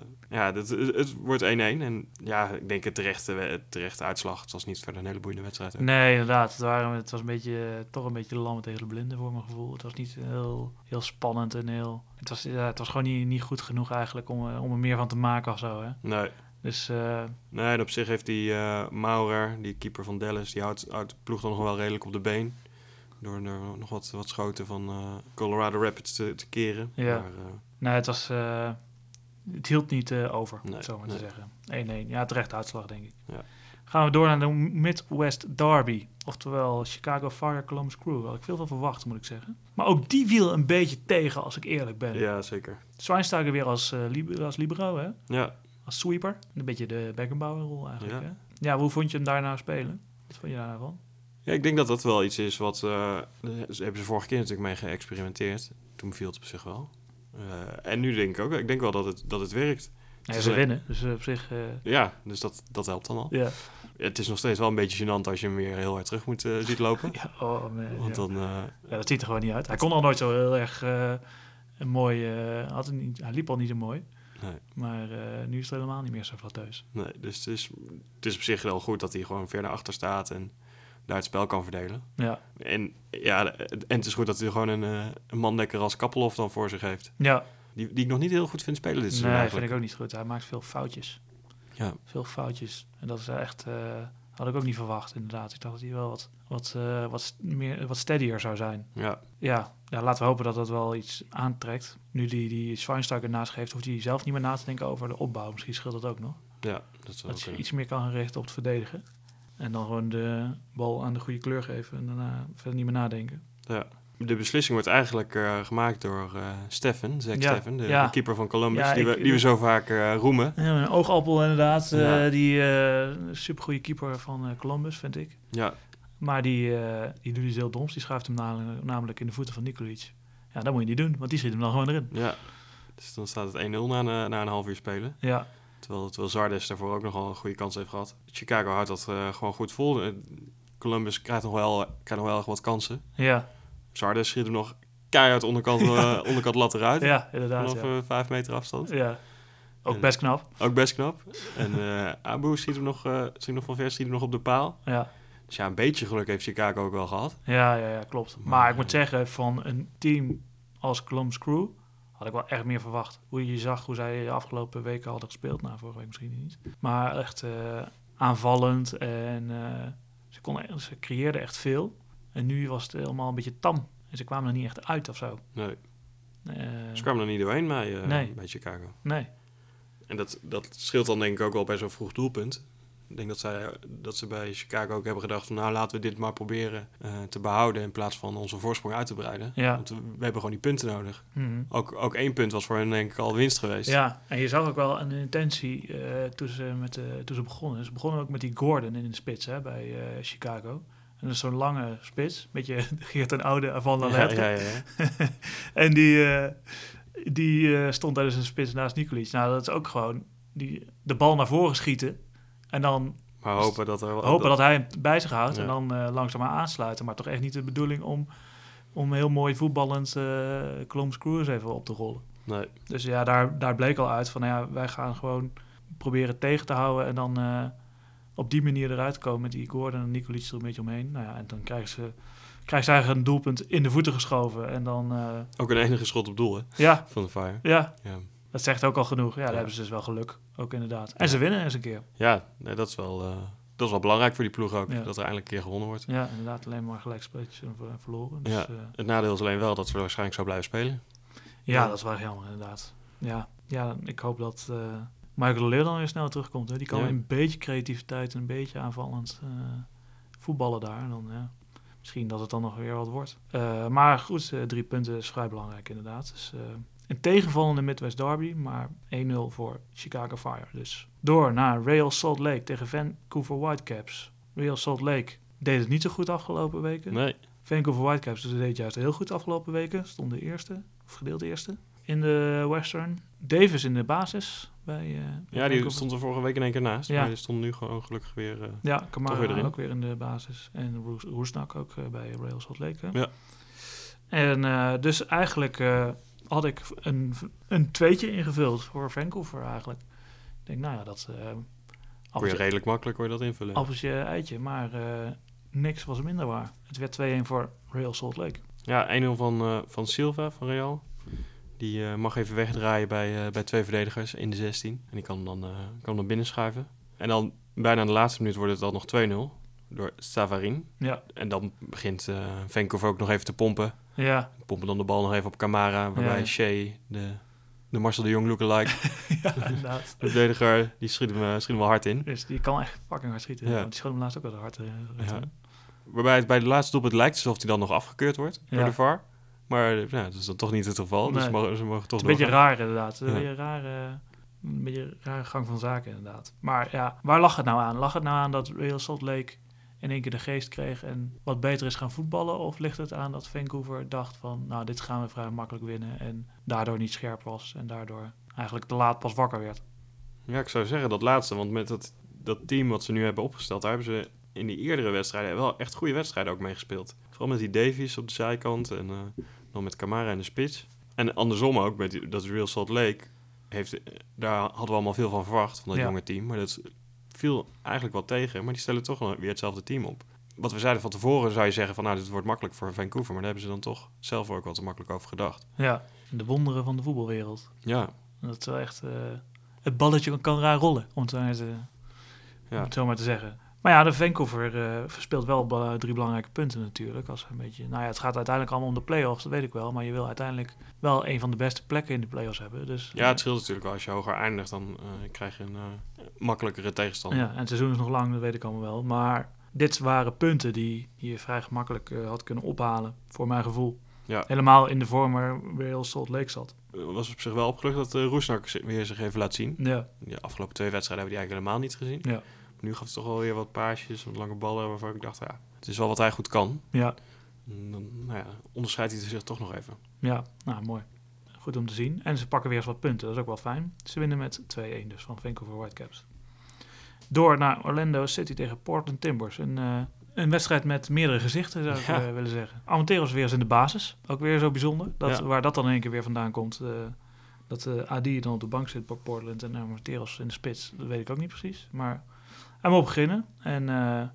het wordt 1-1. En ja, ik denk het terechte uitslag. Het was niet verder een hele boeiende wedstrijd. Hè? Nee, inderdaad. Het was toch een beetje de lammen tegen de blinden voor mijn gevoel. Het was niet heel spannend en het was gewoon niet goed genoeg eigenlijk om er meer van te maken of zo. Hè? Nee. Dus, en op zich heeft die Maurer, die keeper van Dallas, die houdt de ploeg dan nog wel redelijk op de been. Door nog wat schoten van Colorado Rapids te keren. Ja. Maar, het hield niet over, zo maar te zeggen. 1-1. Ja, terecht uitslag, denk ik. Ja. Gaan we door naar de Midwest Derby. Oftewel Chicago Fire, Columbus Crew. Had ik veel van verwacht, moet ik zeggen. Maar ook die viel een beetje tegen, als ik eerlijk ben. Ja, zeker. Schweinsteiger weer als libero, hè? Ja. Als sweeper. Een beetje de Beckenbauer-rol eigenlijk, Ja. hè? Ja, hoe vond je hem daarna spelen? Wat vond je daarvan? Ja, ik denk dat dat wel iets is wat... hebben ze vorige keer natuurlijk mee geëxperimenteerd. Toen viel het op zich wel. En nu denk ik ook... Ik denk wel dat het werkt. Ja, ze winnen, dus op zich... Ja, dus dat helpt dan al. Ja. Het is nog steeds wel een beetje gênant als je hem weer heel hard terug moet ziet lopen. Ja, oh man. Want dan... dat ziet er gewoon niet uit. Hij kon al nooit zo heel erg mooi... hij liep al niet zo mooi. Nee. Maar nu is het helemaal niet meer zo flatteus. Nee, dus het is op zich wel goed dat hij gewoon ver naar achter staat en daar het spel kan verdelen. Ja. En het is goed dat hij gewoon een mandekker als Kappelhof dan voor zich heeft. Ja. Die ik nog niet heel goed vind spelen dit seizoen. Nee, eigenlijk. vind ik ook niet goed. Hij maakt veel foutjes. Ja. Veel foutjes. En dat is echt... had ik ook niet verwacht, inderdaad. Ik dacht dat hij wel wat steadier zou zijn. Ja, laten we hopen dat dat wel iets aantrekt. Nu die Schweinsteiger naast geeft, hoeft hij zelf niet meer na te denken over de opbouw. Misschien scheelt dat ook nog. Ja, dat je iets meer kan gaan richten op het verdedigen. En dan gewoon de bal aan de goede kleur geven en daarna verder niet meer nadenken. Ja. De beslissing wordt eigenlijk gemaakt door Steffen, Steffen, de keeper van Columbus, die we zo vaak roemen. Ja, een oogappel inderdaad, die supergoeie keeper van Columbus, vind ik. Ja. Maar die doet iets heel doms, die schuift hem namelijk in de voeten van Nikolic. Ja, dat moet je niet doen, want die schiet hem dan gewoon erin. Ja, dus dan staat het 1-0 na een half uur spelen. Ja. Terwijl Zardes daarvoor ook nogal een goede kans heeft gehad. Chicago houdt dat gewoon goed vol. Columbus krijgt nog wel echt wat kansen. Ja. Zardes schiet hem nog keihard onderkant lat eruit. Ja, inderdaad. Vanaf 5 meter afstand. Ja. Ook best knap. Ook best knap. En Abu schiet hem nog van ver, schiet hem nog op de paal. Ja. Dus ja, een beetje geluk heeft Chicago ook wel gehad. Ja, klopt. Maar ik moet zeggen, van een team als Columbus Crew had ik wel echt meer verwacht. Hoe je zag hoe zij de afgelopen weken hadden gespeeld. Nou, vorige week misschien niet. Maar echt aanvallend en ze creëerden echt veel. En nu was het helemaal een beetje tam. En ze kwamen er niet echt uit of zo. Nee. Ze kwamen er niet doorheen bij Chicago. Nee. En dat scheelt dan denk ik ook wel bij zo'n vroeg doelpunt. Ik denk dat ze bij Chicago ook hebben gedacht van nou laten we dit maar proberen te behouden in plaats van onze voorsprong uit te breiden. Ja. Want we hebben gewoon die punten nodig. Mm-hmm. Ook 1 punt was voor hen denk ik al winst geweest. Ja, en je zag ook wel een intentie toen ze begonnen. Ze begonnen ook met die Gordon in de spits bij Chicago. En dat is zo'n lange spits, een beetje Geert en Oude van de Ja. En die stond daar dus een spits naast Nikolic. Nou, dat is ook gewoon de bal naar voren schieten. En dan maar hopen dat hij hem bij zich houdt. Ja. En dan langzaam maar aansluiten. Maar toch echt niet de bedoeling om om heel mooi voetballend Columbus Crew eens even op te rollen. Nee. Dus ja, daar bleek al uit van, wij gaan gewoon proberen tegen te houden en dan op die manier eruit komen met die Gordon en Nikolic er een beetje omheen. Nou ja, en dan krijgen ze eigenlijk een doelpunt in de voeten geschoven en dan... Ook een enige schot op doel, hè? Ja. Van de Fire. Ja. Ja. Dat zegt ook al genoeg. Ja, daar hebben ze dus wel geluk. Ook inderdaad. En ze winnen eens een keer. Ja, nee, dat is wel belangrijk voor die ploeg ook. Ja. Dat er eindelijk een keer gewonnen wordt. Ja, inderdaad. Alleen maar gelijkspelletjes verloren. Dus, Ja. Het nadeel is alleen wel dat ze waarschijnlijk zo blijven spelen. Ja, dat is wel jammer inderdaad. Ja, ik hoop dat Michael de Leeuw dan weer snel terugkomt. Hè. Die kan een beetje creativiteit en een beetje aanvallend voetballen daar. Dan, misschien dat het dan nog weer wat wordt. Maar goed, 3 punten is vrij belangrijk inderdaad. Dus, een tegenvallende Midwest Derby, maar 1-0 voor Chicago Fire. Dus door naar Real Salt Lake tegen Vancouver Whitecaps. Real Salt Lake deed het niet zo goed afgelopen weken. Nee. Vancouver Whitecaps deed het juist heel goed afgelopen weken. Stonden eerste, of gedeeld eerste, in de Western. Davis in de basis. Die stond er vorige week in één keer naast. Ja. Maar die stond nu gewoon gelukkig weer Kamara ook weer in de basis. En Roesnak ook bij Real Salt Lake. Hè? Ja. En dus eigenlijk had ik een tweetje ingevuld voor Vancouver eigenlijk. Ik denk, nou ja, dat... Kon je redelijk makkelijk dat invullen. Appeltje eitje, maar niks was minder waar. Het werd 2-1 voor Real Salt Lake. Ja, 1-0 van Silva van Real. Die mag even wegdraaien bij 2 verdedigers in de 16. En die kan hem dan binnenschuiven. En dan bijna in de laatste minuut wordt het dan nog 2-0 door Savarin. Ja. En dan begint Vancouver ook nog even te pompen. Ja. Pompen dan de bal nog even op Camara. Waarbij Shea, de Marcel de Jong lookalike, ja, inderdaad. de verdediger, die schiet hem wel hard in. Dus die kan echt fucking hard schieten. Ja. Want die schoot hem laatst ook wel hard. Waarbij het bij de laatste doelpunt lijkt alsof hij dan nog afgekeurd wordt door de VAR. Maar dat is dan toch niet het geval. Nee. Dus ze mogen toch het is een beetje raar inderdaad. Een beetje een rare gang van zaken inderdaad. Maar ja, waar lag het nou aan? Lag het nou aan dat Real Salt Lake in één keer de geest kreeg en wat beter is gaan voetballen? Of ligt het aan dat Vancouver dacht van, nou, dit gaan we vrij makkelijk winnen en daardoor niet scherp was en daardoor eigenlijk te laat pas wakker werd? Ja, ik zou zeggen dat laatste, want met dat team wat ze nu hebben opgesteld, daar hebben ze in die eerdere wedstrijden wel echt goede wedstrijden ook mee gespeeld. Vooral met die Davies op de zijkant en dan met Camara in de spits. En andersom ook, met dat Real Salt Lake, daar hadden we allemaal veel van verwacht, van dat jonge team. Maar dat viel eigenlijk wel tegen, maar die stellen toch weer hetzelfde team op. Wat we zeiden van tevoren, zou je zeggen van, nou, dit wordt makkelijk voor Vancouver. Maar daar hebben ze dan toch zelf ook wel te makkelijk over gedacht. Ja, de wonderen van de voetbalwereld. Ja. Dat is wel echt... het balletje kan raar rollen, om het zo maar te zeggen. Maar ja, de Vancouver verspeelt wel 3 belangrijke punten natuurlijk. Als een beetje, nou ja, het gaat uiteindelijk allemaal om de play-offs, dat weet ik wel. Maar je wil uiteindelijk wel een van de beste plekken in de play-offs hebben. Dus, ja, het scheelt natuurlijk wel. Als je hoger eindigt, dan krijg je een makkelijkere tegenstander. Ja, en het seizoen is nog lang, dat weet ik allemaal wel. Maar dit waren punten die je vrij gemakkelijk had kunnen ophalen, voor mijn gevoel. Ja. Helemaal in de vorm waar Real Salt Lake zat. Was op zich wel opgelucht dat Roesnak weer zich even laat zien. Ja. De afgelopen 2 wedstrijden hebben we die eigenlijk helemaal niet gezien. Ja. Nu gaf het toch wel weer wat paasjes, wat lange ballen, waarvan ik dacht, ja, het is wel wat hij goed kan. Ja. En dan onderscheidt hij zich toch nog even. Ja, nou mooi. Goed om te zien. En ze pakken weer eens wat punten, dat is ook wel fijn. Ze winnen met 2-1 dus van Vancouver Whitecaps. Door naar Orlando City tegen Portland Timbers. Een wedstrijd met meerdere gezichten, zou ik willen zeggen. Armenteros weer eens in de basis. Ook weer zo bijzonder. Waar dat dan in één keer weer vandaan komt. Dat Adi dan op de bank zit bij Portland en Armenteros in de spits. Dat weet ik ook niet precies. Maar hij moet beginnen. En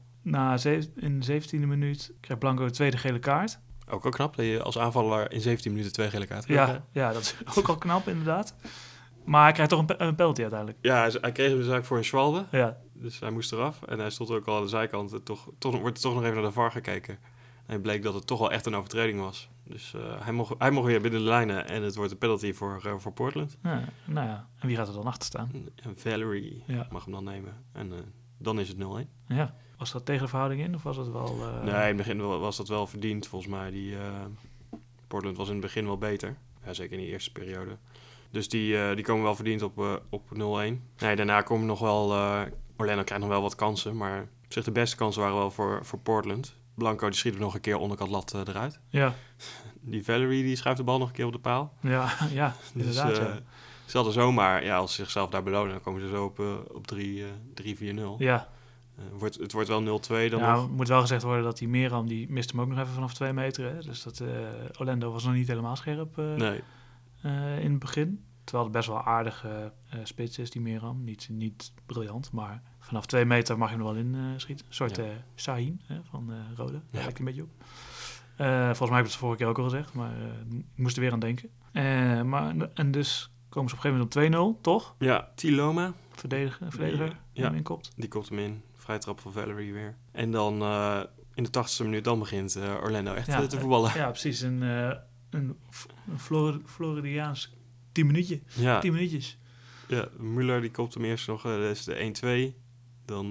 in de 17e minuut krijgt Blanco de tweede gele kaart. Ook al knap dat je als aanvaller in 17 minuten 2 gele kaarten krijgt. Ja, dat is ook al knap inderdaad. Maar hij krijgt toch een penalty uiteindelijk. Ja, hij kreeg hem dus eigenlijk voor een Schwalbe. Ja. Dus hij moest eraf. En hij stond ook al aan de zijkant. Wordt er toch nog even naar de VAR gekeken. En het bleek dat het toch wel echt een overtreding was. Dus hij mocht weer binnen de lijnen. En het wordt een penalty voor Portland. Ja, nou ja, en wie gaat er dan achter staan? En Valerie mag hem dan nemen. En dan is het 0-1. Ja. Was dat tegen de verhouding in? Of was het wel... Nee, in het begin was dat wel verdiend volgens mij. Portland was in het begin wel beter. Ja, zeker in die eerste periode. Dus die komen wel verdiend op 0-1. Nee, daarna komen nog wel... Orlando krijgt nog wel wat kansen. Maar op zich de beste kansen waren wel voor Portland. Blanco die schiet er nog een keer onderkant lat eruit. Ja. Die Valerie die schuift de bal nog een keer op de paal. Ja, inderdaad. Dus, ze hadden zomaar, als ze zichzelf daar belonen, dan komen ze zo op 3-4-0. Ja. Het wordt wel 0-2 dan nog. Moet wel gezegd worden dat die Meram, die miste hem ook nog even vanaf 2 meter. Hè? Dus dat Orlando was nog niet helemaal scherp Nee. in het begin. Terwijl het best wel aardige spits is, die Meram. Niet briljant, maar vanaf 2 meter mag je hem wel in schieten. Een soort Sahin van Rode. Daar lijkt hij een beetje op. Volgens mij heb ik het de vorige keer ook al gezegd, maar ik moest er weer aan denken. En dus komen ze op een gegeven moment op 2-0, toch? Ja, Tiloma. Verdediger die hem inkopt. Die kopt hem in. Vrije trap van Valerie weer. En dan in de 80ste minuut, dan begint Orlando echt te voetballen. Ja, precies. Een Floridiaans 10 minuutje. Ja. 10 minuutjes. Ja, Müller die kopt hem eerst nog. Dat is de 1-2. Dan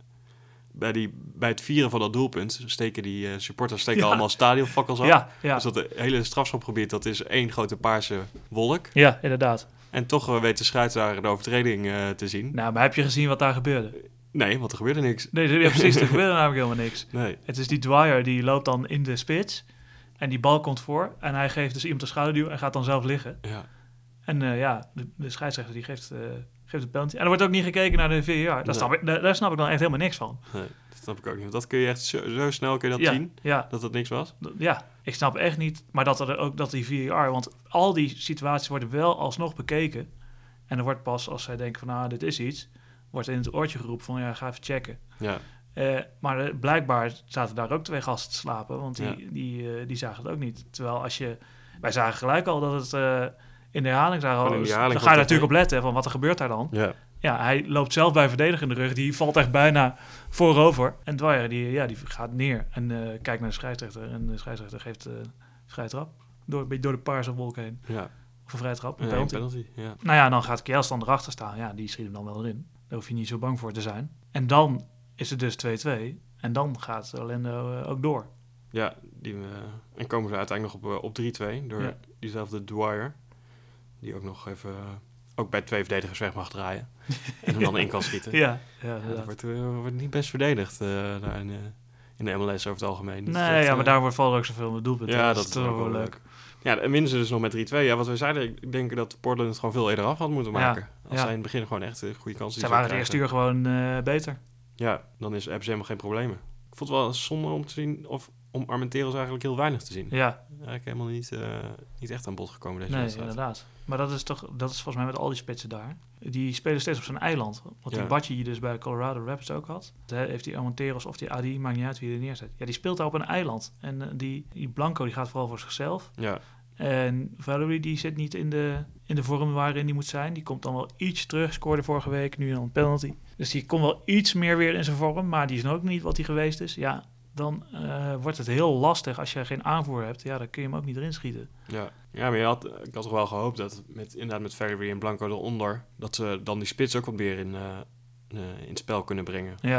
bij het vieren van dat doelpunt steken die supporters allemaal stadionfakkels af. Ja. Dus dat hele strafschopgebied, dat is één grote paarse wolk. Ja, inderdaad. En toch weet de scheidsrechter de overtreding te zien. Nou, maar heb je gezien wat daar gebeurde? Nee, want er gebeurde niks. Nee, precies. Er gebeurde namelijk helemaal niks. Nee. Het is die Dwyer, die loopt dan in de spits. En die bal komt voor. En hij geeft dus iemand een schouderduw en gaat dan zelf liggen. Ja. En de scheidsrechter die geeft het penalty. En er wordt ook niet gekeken naar de VAR. Daar snap ik dan echt helemaal niks van. Nee, dat snap ik ook niet. Want dat kun je echt zo snel zien, dat het niks was. Ja, ik snap echt niet. Maar dat die VAR... Want al die situaties worden wel alsnog bekeken. En er wordt pas, als zij denken van, dit is iets... wordt in het oortje geroepen van, ga even checken. Ja. Maar blijkbaar zaten daar ook 2 gasten te slapen. Want die zagen het ook niet. Terwijl wij zagen gelijk al dat het... in de herhaling dan ga je natuurlijk op letten van wat er gebeurt daar dan. Ja. Ja, hij loopt zelf bij verdediger in de rug. Die valt echt bijna voorover. En Dwyer, die gaat neer en kijkt naar de scheidsrechter. En de scheidsrechter geeft vrije trap door de paarse wolk heen. Ja. Of een vrije trap, een penalty. Ja. Nou ja, dan gaat Kjelstan erachter staan. Ja, die schiet hem dan wel erin. Daar hoef je niet zo bang voor te zijn. En dan is het dus 2-2. En dan gaat Orlando ook door. Ja, en komen ze uiteindelijk nog op 3-2 door diezelfde Dwyer. Die ook nog even... ook bij 2 verdedigers weg mag draaien. En hem dan in kan schieten. Ja, dat wordt niet best verdedigd daar in de MLS over het algemeen. Dus maar daar vallen ook zoveel met doelpunten. Ja, dat is toch wel leuk. Ja, en winnen ze dus nog met 3-2. Ja, wat we zeiden, ik denk dat Portland het gewoon veel eerder af had moeten maken. Als zij in het begin gewoon echt goede kansen zij waren het eerste uur gewoon beter. Ja, dan hebben ze helemaal geen problemen. Ik vond het wel zonde om te zien, of om Armenteros eigenlijk heel weinig te zien. Ja. Eigenlijk helemaal niet echt aan bod gekomen deze wedstrijd. Nee, inderdaad. Maar dat is volgens mij met al die spitsen daar. Die spelen steeds op zijn eiland. Wat die Badje dus bij Colorado Rapids ook had. Heeft die Armenteros of die Adi, maakt niet uit wie er neerzet. Ja, die speelt daar op een eiland. En die Blanco die gaat vooral voor zichzelf. Ja. En Valerie die zit niet in de vorm waarin die moet zijn. Die komt dan wel iets terug. Scoorde vorige week, nu dan een penalty. Dus die komt wel iets meer weer in zijn vorm. Maar die is nog ook niet wat hij geweest is. Ja, dan wordt het heel lastig als je geen aanvoer hebt. Ja, dan kun je hem ook niet erin schieten. Ja, maar ik had toch wel gehoopt dat met Valerie en Blanco eronder... dat ze dan die spits ook wat meer in het spel kunnen brengen. Ja.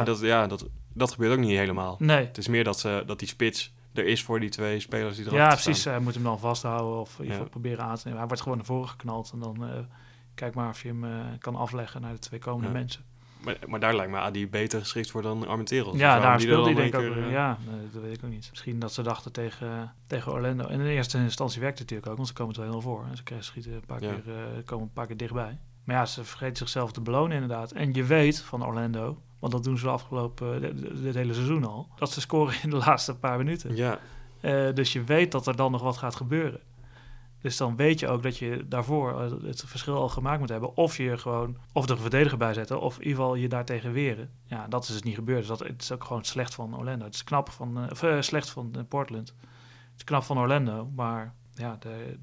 Dat gebeurt ook niet helemaal. Nee. Het is meer dat die spits er is voor die 2 spelers die erachter staan. Ja, precies. Hij moet hem dan vasthouden of in ieder geval proberen aan te nemen. Hij wordt gewoon naar voren geknald en dan kijk maar of je hem kan afleggen naar de 2 komende mensen. Maar daar lijkt me Adi beter geschikt voor dan Armenteros. Ja, daar speelde hij denk ik ook. Dat weet ik ook niet. Misschien dat ze dachten tegen Orlando. En in eerste instantie werkte het natuurlijk ook, want ze komen 2-0 voor. En ze schieten komen een paar keer dichtbij. Maar ja, ze vergeten zichzelf te belonen inderdaad. En je weet van Orlando, want dat doen ze de afgelopen dit hele seizoen al, dat ze scoren in de laatste paar minuten. Ja. Dus je weet dat er dan nog wat gaat gebeuren. Dus dan weet je ook dat je daarvoor het verschil al gemaakt moet hebben. Of je gewoon, of er een verdediger bij zetten, of in ieder geval je daartegen weren. Ja, dat is dus niet gebeurd. Dus het is ook gewoon slecht van Orlando. Het is knap slecht van Portland. Het is knap van Orlando, maar ja,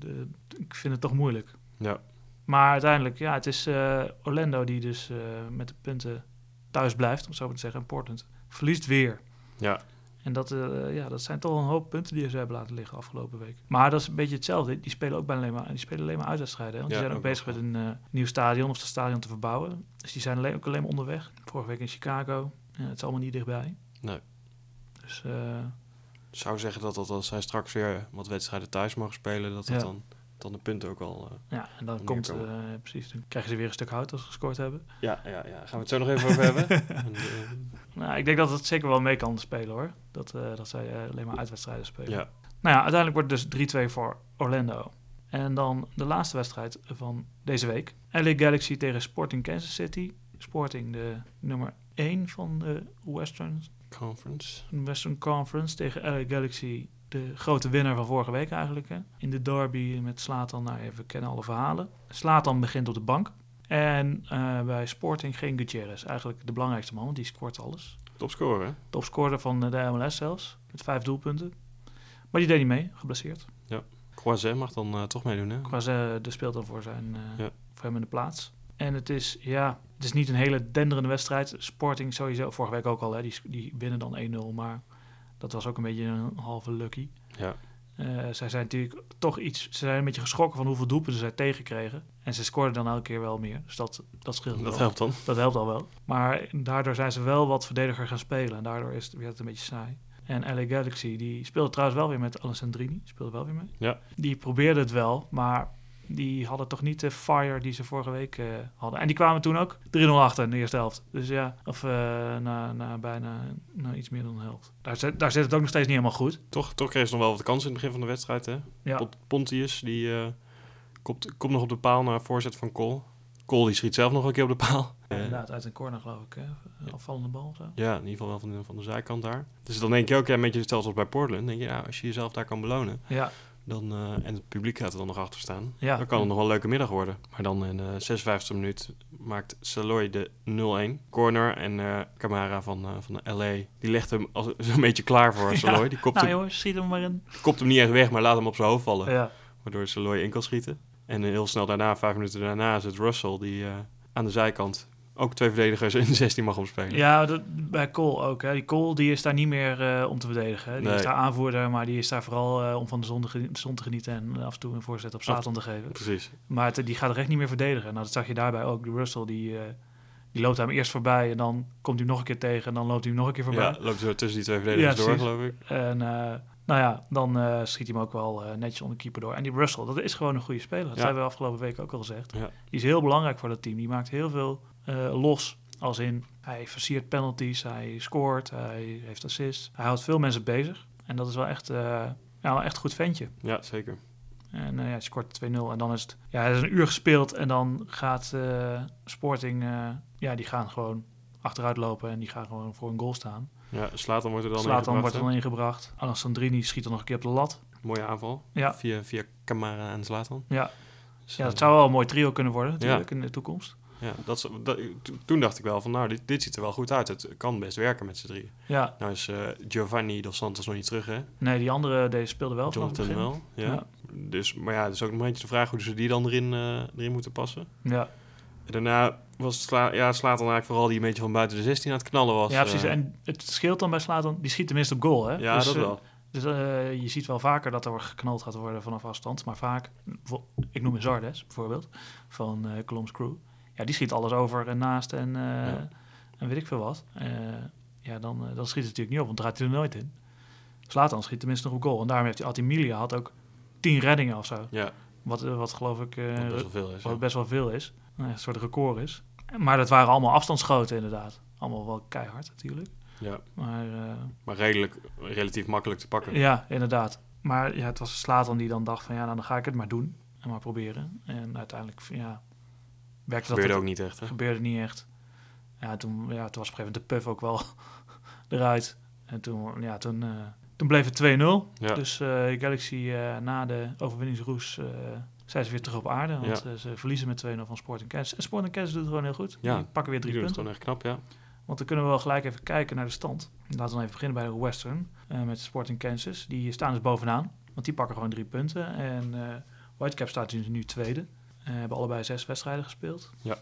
ik vind het toch moeilijk. Ja. Maar uiteindelijk, ja, het is Orlando die dus met de punten thuis blijft, om het zo maar te zeggen. En Portland verliest weer. Ja. En dat zijn toch een hoop punten die ze hebben laten liggen afgelopen week. Maar dat is een beetje hetzelfde. Die spelen ook alleen maar uitwedstrijden. Want die zijn ook bezig met een nieuw stadion of het stadion te verbouwen. Dus die zijn ook alleen maar onderweg. Vorige week in Chicago. Het is allemaal niet dichtbij. Nee. Dus ik zou zeggen dat als zij straks weer wat wedstrijden thuis mogen spelen, dat het dan de punten ook al... ja, en dan komt precies. Dan krijgen ze weer een stuk hout als ze gescoord hebben. Ja. Gaan we het zo nog even over hebben? Nou, ik denk dat het zeker wel mee kan spelen hoor. Dat zij alleen maar uitwedstrijden spelen. Ja. Nou ja, uiteindelijk wordt het dus 3-2 voor Orlando. En dan de laatste wedstrijd van deze week. LA Galaxy tegen Sporting Kansas City. Sporting, de nummer 1 van de Western Conference tegen LA Galaxy. De grote winnaar van vorige week eigenlijk. Hè. In de derby met Zlatan. Nou, we kennen alle verhalen. Zlatan begint op de bank. En bij Sporting geen Gutierrez. Eigenlijk de belangrijkste man, want die scoort alles. Topscorer, hè? Topscorer van de MLS zelfs. Met 5 doelpunten. Maar die deed niet mee, geblesseerd. Ja. Croizet mag dan toch meedoen, hè? Croizet speelt dan voor hem in de plaats. En het is niet een hele denderende wedstrijd. Sporting sowieso, vorige week ook al, hè, die winnen dan 1-0. Maar dat was ook een beetje een halve lucky. Ja. Zij zijn natuurlijk ze zijn een beetje geschrokken van hoeveel doelpunten zij tegenkregen. En ze scoorden dan elke keer wel meer. Dus dat scheelt wel. Dat helpt dan. Dat helpt al wel. Maar daardoor zijn ze wel wat verdediger gaan spelen. En daardoor werd het een beetje saai. En LA Galaxy, die speelde trouwens wel weer met Alessandrini. Speelde wel weer mee. Ja. Die probeerde het wel, maar die hadden toch niet de fire die ze vorige week hadden. En die kwamen toen ook 3-0 achter in de eerste helft. Dus ja, of na bijna iets meer dan de helft. Daar zit het ook nog steeds niet helemaal goed. Toch kreeg ze nog wel wat kansen in het begin van de wedstrijd, hè? Ja. Pontius, die komt nog op de paal naar voorzet van Cole. Cole die schiet zelf nog een keer op de paal. Inderdaad, uit een corner geloof ik, hè? Afvallende bal of zo. Ja, in ieder geval wel van de zijkant daar. Dus dan denk je ook, een beetje hetzelfde als bij Portland. Dan denk je, als je jezelf daar kan belonen... Ja. Dan, en het publiek gaat er dan nog achter staan. Ja. Dan kan het nog wel een leuke middag worden. Maar dan in de 56e minuut maakt Saloy de 0-1. Corner en Camara van LA, die legt hem zo'n beetje klaar voor Saloy. Ja. Die kopt jongens, schiet hem maar in. Kopt hem niet echt weg, maar laat hem op zijn hoofd vallen. Ja. Waardoor Saloy in kan schieten. En heel snel daarna, 5 minuten daarna, is het Russell die aan de zijkant... ook 2 verdedigers in de 16 mag omspelen. Ja, bij Cole ook. Hè. Die Cole die is daar niet meer om te verdedigen. Hè. Die is daar aanvoerder, maar die is daar vooral om van de zon te genieten... en af en toe een voorzet op Zlatan te geven. Precies. Maar die gaat er echt niet meer verdedigen. Nou, dat zag je daarbij ook. De Russell, die loopt hem eerst voorbij... en dan komt hij nog een keer tegen en dan loopt hij hem nog een keer voorbij. Ja, loopt zo tussen die 2 verdedigers door, geloof ik. En dan schiet hij hem ook wel netjes onder de keeper door. En die Russell, dat is gewoon een goede speler. Dat hebben we afgelopen week ook al gezegd. Ja. Die is heel belangrijk voor dat team. Die maakt heel veel... los, als in hij versiert penalties, hij scoort, hij heeft assists. Hij houdt veel mensen bezig en dat is wel echt een goed ventje. Ja, zeker. En hij scoort 2-0 en dan is het... Ja, het is een uur gespeeld en dan gaat Sporting... die gaan gewoon achteruit lopen en die gaan gewoon voor een goal staan. Ja, Zlatan wordt er dan ingebracht. Alessandrini schiet dan nog een keer op de lat. Mooie aanval. Ja. Via Camara en Zlatan. Ja. Dus, dat zou wel een mooi trio kunnen worden natuurlijk in de toekomst. Ja, toen dacht ik wel van, dit ziet er wel goed uit. Het kan best werken met z'n drieën. Ja. Nou is Giovanni dos Santos nog niet terug, hè? Nee, die andere speelde wel vanaf het begin. Wel, ja. Dus, maar ja, het is ook nog een beetje de vraag hoe ze die dan erin moeten passen. Ja. En daarna was Zlatan eigenlijk vooral die een beetje van buiten de 16 aan het knallen was. Ja, precies. En het scheelt dan bij Zlatan, die schiet tenminste op goal, hè? Ja, dus, dat wel. Dus je ziet wel vaker dat er geknald gaat worden vanaf afstand. Maar vaak, ik noem Zardes bijvoorbeeld, van Columbus Crew. Ja, die schiet alles over en naast en weet ik veel wat. Dan schiet het natuurlijk niet op, want draait hij er nooit in. Zlatan schiet tenminste nog op goal. En daarom heeft Emilia had ook 10 reddingen of zo. Ja. Wat geloof ik best wel veel is. Een soort record is. Maar dat waren allemaal afstandsschoten inderdaad. Allemaal wel keihard natuurlijk. Ja. Maar relatief makkelijk te pakken. Ja, inderdaad. Maar het was Zlatan die dan dacht van dan ga ik het maar doen. En maar proberen. En uiteindelijk werkte dat gebeurde ook niet echt, hè? Gebeurde niet echt. Ja, toen was op een gegeven moment de puff ook wel eruit. En toen bleef het 2-0. Ja. Dus Galaxy na de overwinningsroes zijn ze weer terug op aarde. Want ze verliezen met 2-0 van Sporting Kansas. En Sporting Kansas doet het gewoon heel goed. Die pakken weer 3 punten. Dat is gewoon echt knap, ja. Want dan kunnen we wel gelijk even kijken naar de stand. Laten we dan even beginnen bij de Western met Sporting Kansas. Die staan dus bovenaan, want die pakken gewoon 3 punten. En Whitecap staat dus nu tweede. Hebben allebei 6 wedstrijden gespeeld. Ja.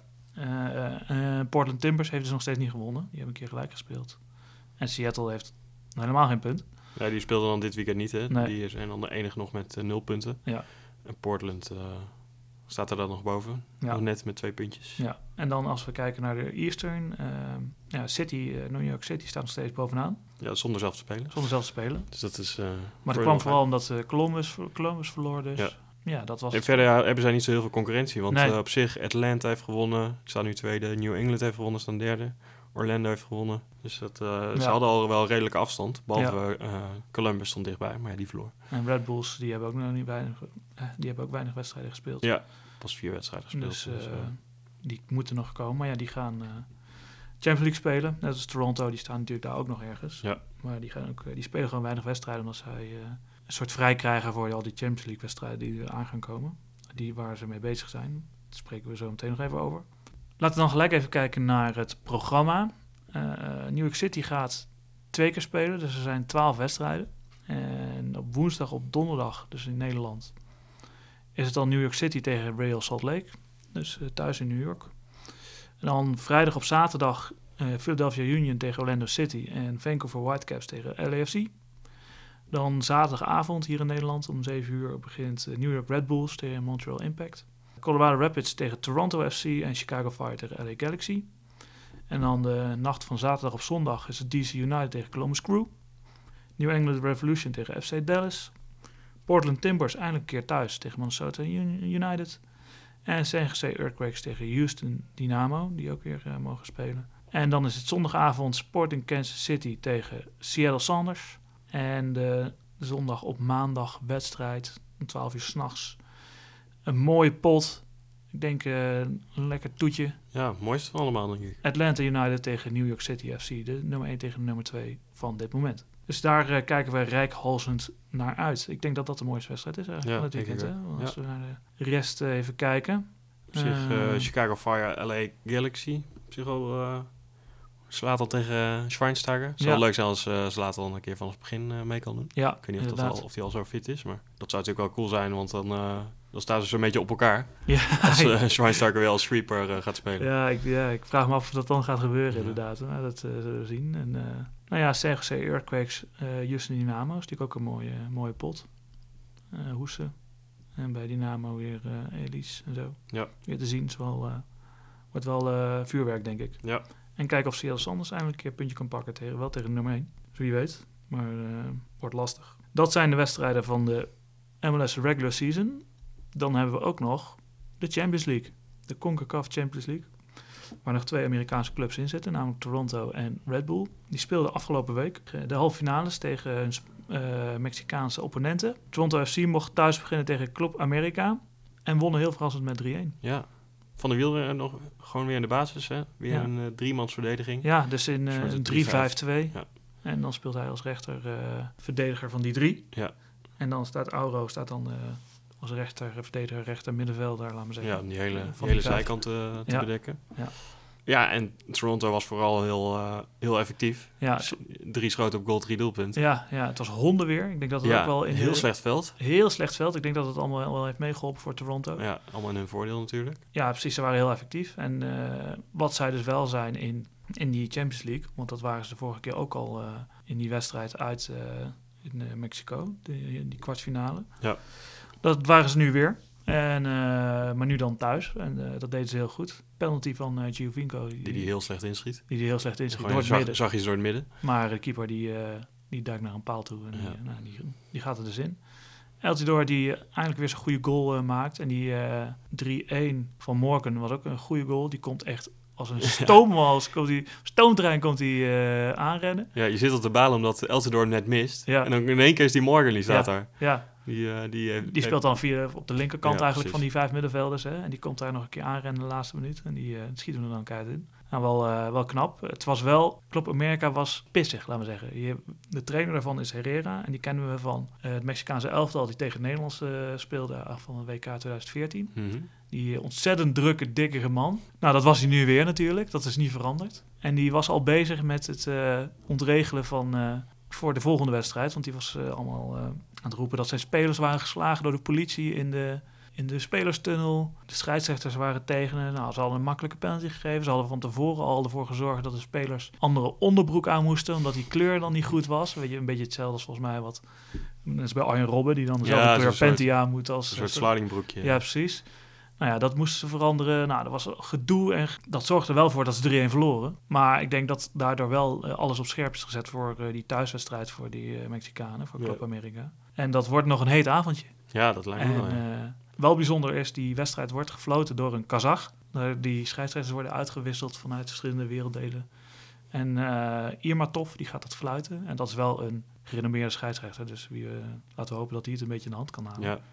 Portland Timbers heeft dus nog steeds niet gewonnen. Die hebben een keer gelijk gespeeld. En Seattle heeft helemaal geen punt. Ja, die speelde dan dit weekend niet, hè? Nee. Die is dan de enige nog met 0 punten. Ja. En Portland staat er dan nog boven. Ja. Nog net met 2 puntjes. Ja. En dan als we kijken naar de Eastern. New York City staat nog steeds bovenaan. Ja, zonder zelf te spelen. Dus dat is... maar dat kwam vooral omdat Columbus verloor dus. Ja. Ja, dat was... En verder hebben zij niet zo heel veel concurrentie. Want op zich, Atlanta heeft gewonnen. Staat nu tweede. New England heeft gewonnen, staan derde. Orlando heeft gewonnen. Dus ze hadden al wel redelijke afstand. Behalve Columbus stond dichtbij, maar die verloor. En Red Bulls, die hebben ook nog niet weinig wedstrijden gespeeld. Ja, pas 4 wedstrijden gespeeld. Dus die moeten nog komen. Maar die gaan Champions League spelen. Net als Toronto, die staan natuurlijk daar ook nog ergens. Ja. Maar die spelen gewoon weinig wedstrijden... omdat zij een soort vrij krijgen voor al die Champions League wedstrijden die er aan gaan komen. Die waar ze mee bezig zijn. Daar spreken we zo meteen nog even over. Laten we dan gelijk even kijken naar het programma. New York City gaat 2 keer spelen, dus er zijn 12 wedstrijden. En op woensdag, op donderdag, dus in Nederland, is het dan New York City tegen Real Salt Lake. Dus thuis in New York. En dan vrijdag op zaterdag Philadelphia Union tegen Orlando City en Vancouver Whitecaps tegen LAFC. Dan zaterdagavond hier in Nederland om 7 uur begint New York Red Bulls tegen Montreal Impact. Colorado Rapids tegen Toronto FC en Chicago Fire tegen LA Galaxy. En dan de nacht van zaterdag op zondag is het DC United tegen Columbus Crew. New England Revolution tegen FC Dallas. Portland Timbers eindelijk een keer thuis tegen Minnesota United. En San Jose Earthquakes tegen Houston Dynamo, die ook weer mogen spelen. En dan is het zondagavond Sporting Kansas City tegen Seattle Sounders. En de zondag op maandag wedstrijd om 12 uur 's nachts. Een mooie pot. Ik denk een lekker toetje. Ja, het mooiste van allemaal, denk ik. Atlanta United tegen New York City FC. De nummer 1 tegen de nummer 2 van dit moment. Dus daar kijken we reikhalzend naar uit. Ik denk dat dat de mooiste wedstrijd is eigenlijk van het weekend. Als we naar de rest even kijken. Op zich Chicago Fire, LA Galaxy. Op zich al slaat al tegen Schweinsteiger. Het zou leuk zijn als Zlatan al een keer vanaf het begin mee kan doen. Ja, ik weet niet of hij al zo fit is, maar dat zou natuurlijk wel cool zijn, want dan staan ze zo'n beetje op elkaar. Ja, als Schweinsteiger weer als sweeper gaat spelen. Ik vraag me af of dat dan gaat gebeuren inderdaad. Maar dat zullen we zien. En San Jose Earthquakes, Houston Dynamo is natuurlijk ook een mooie pot. Hoesen. En bij Dynamo weer Elise en zo. Ja. Weer te zien. Wordt wel vuurwerk, denk ik. Ja. En kijken of Seattle Sounders eindelijk een keer een puntje kan pakken. Wel tegen nummer 1. Dus wie weet. Maar wordt lastig. Dat zijn de wedstrijden van de MLS Regular Season. Dan hebben we ook nog de Champions League. De CONCACAF Champions League. Waar nog 2 Amerikaanse clubs in zitten. Namelijk Toronto en Red Bull. Die speelden afgelopen week de halve finales tegen hun Mexicaanse opponenten. Toronto FC mocht thuis beginnen tegen Club America. En wonnen heel verrassend met 3-1. Ja. Van de Wiel nog gewoon weer in de basis. Hè? Weer een 3-mansverdediging. Ja, dus in 3-5-2. Ja. En dan speelt hij als rechter verdediger van die 3. Ja. En dan staat Auro als verdediger, rechter middenvelder, laten we zeggen. Ja, om die hele zijkant te bedekken. Ja. Ja, en Toronto was vooral heel effectief. Ja. 3 schoten op goal, 3 doelpunten. Ja, het was hondenweer. Ik denk dat het ook wel in heel slecht veld. Heel slecht veld. Ik denk dat het allemaal wel heeft meegeholpen voor Toronto. Ja, allemaal in hun voordeel natuurlijk. Ja, precies. Ze waren heel effectief. En wat zij dus wel zijn in die Champions League, want dat waren ze de vorige keer ook al in die wedstrijd uit in Mexico, die kwartfinale. Ja. Dat waren ze nu weer. Maar nu dan thuis. En dat deden ze heel goed. Penalty van Giovinco. Die heel slecht inschiet. Die heel slecht inschiet. Door het midden. Zag je ze door het midden. Maar de keeper die duikt naar een paal toe. En die gaat er dus in. Eltidoor die eindelijk weer zo'n goede goal maakt. En die 3-1 van Morgan was ook een goede goal. Die komt echt als een stoomwals. Stoomtrein komt hij aanrennen. Ja, je zit op de balen omdat Eltidoor net mist. Ja. En dan in één keer is die Morgan, die staat daar. Ja. Die speelt dan op de linkerkant eigenlijk van die 5 middenvelders. Hè? En die komt daar nog een keer aanrennen de laatste minuut. En die schiet hem er dan keihard in. Nou, wel knap. Het was wel... Club America was pissig, laten we zeggen. De trainer daarvan is Herrera. En die kennen we van het Mexicaanse elftal die tegen Nederlands speelde van het WK 2014. Mm-hmm. Die ontzettend drukke, dikkere man. Nou, dat was hij nu weer natuurlijk. Dat is niet veranderd. En die was al bezig met het ontregelen voor de volgende wedstrijd. Want die was allemaal aan het roepen dat zijn spelers waren geslagen door de politie in de spelerstunnel. De scheidsrechters waren tegen hen. Nou, ze hadden een makkelijke penalty gegeven. Ze hadden van tevoren al ervoor gezorgd dat de spelers andere onderbroek aan moesten, omdat die kleur dan niet goed was. Weet je, een beetje hetzelfde als volgens mij wat... Dat is bij Arjen Robben, die dan dezelfde kleur panty aan moet als... Een soort slidingbroekje. Ja, precies. Nou ja, dat moesten ze veranderen. Nou, dat was gedoe en dat zorgde er wel voor dat ze 3-1 verloren. Maar ik denk dat daardoor wel alles op scherp is gezet voor die thuiswedstrijd voor die Mexicanen, voor Club America. En dat wordt nog een heet avondje. Ja, dat lijkt me wel. Wel bijzonder is, die wedstrijd wordt gefloten door een Kazach. Die scheidsrechters worden uitgewisseld vanuit verschillende werelddelen. En Irmatov, die gaat dat fluiten. En dat is wel een gerenommeerde scheidsrechter. Dus laten we hopen dat hij het een beetje in de hand kan halen. Ja.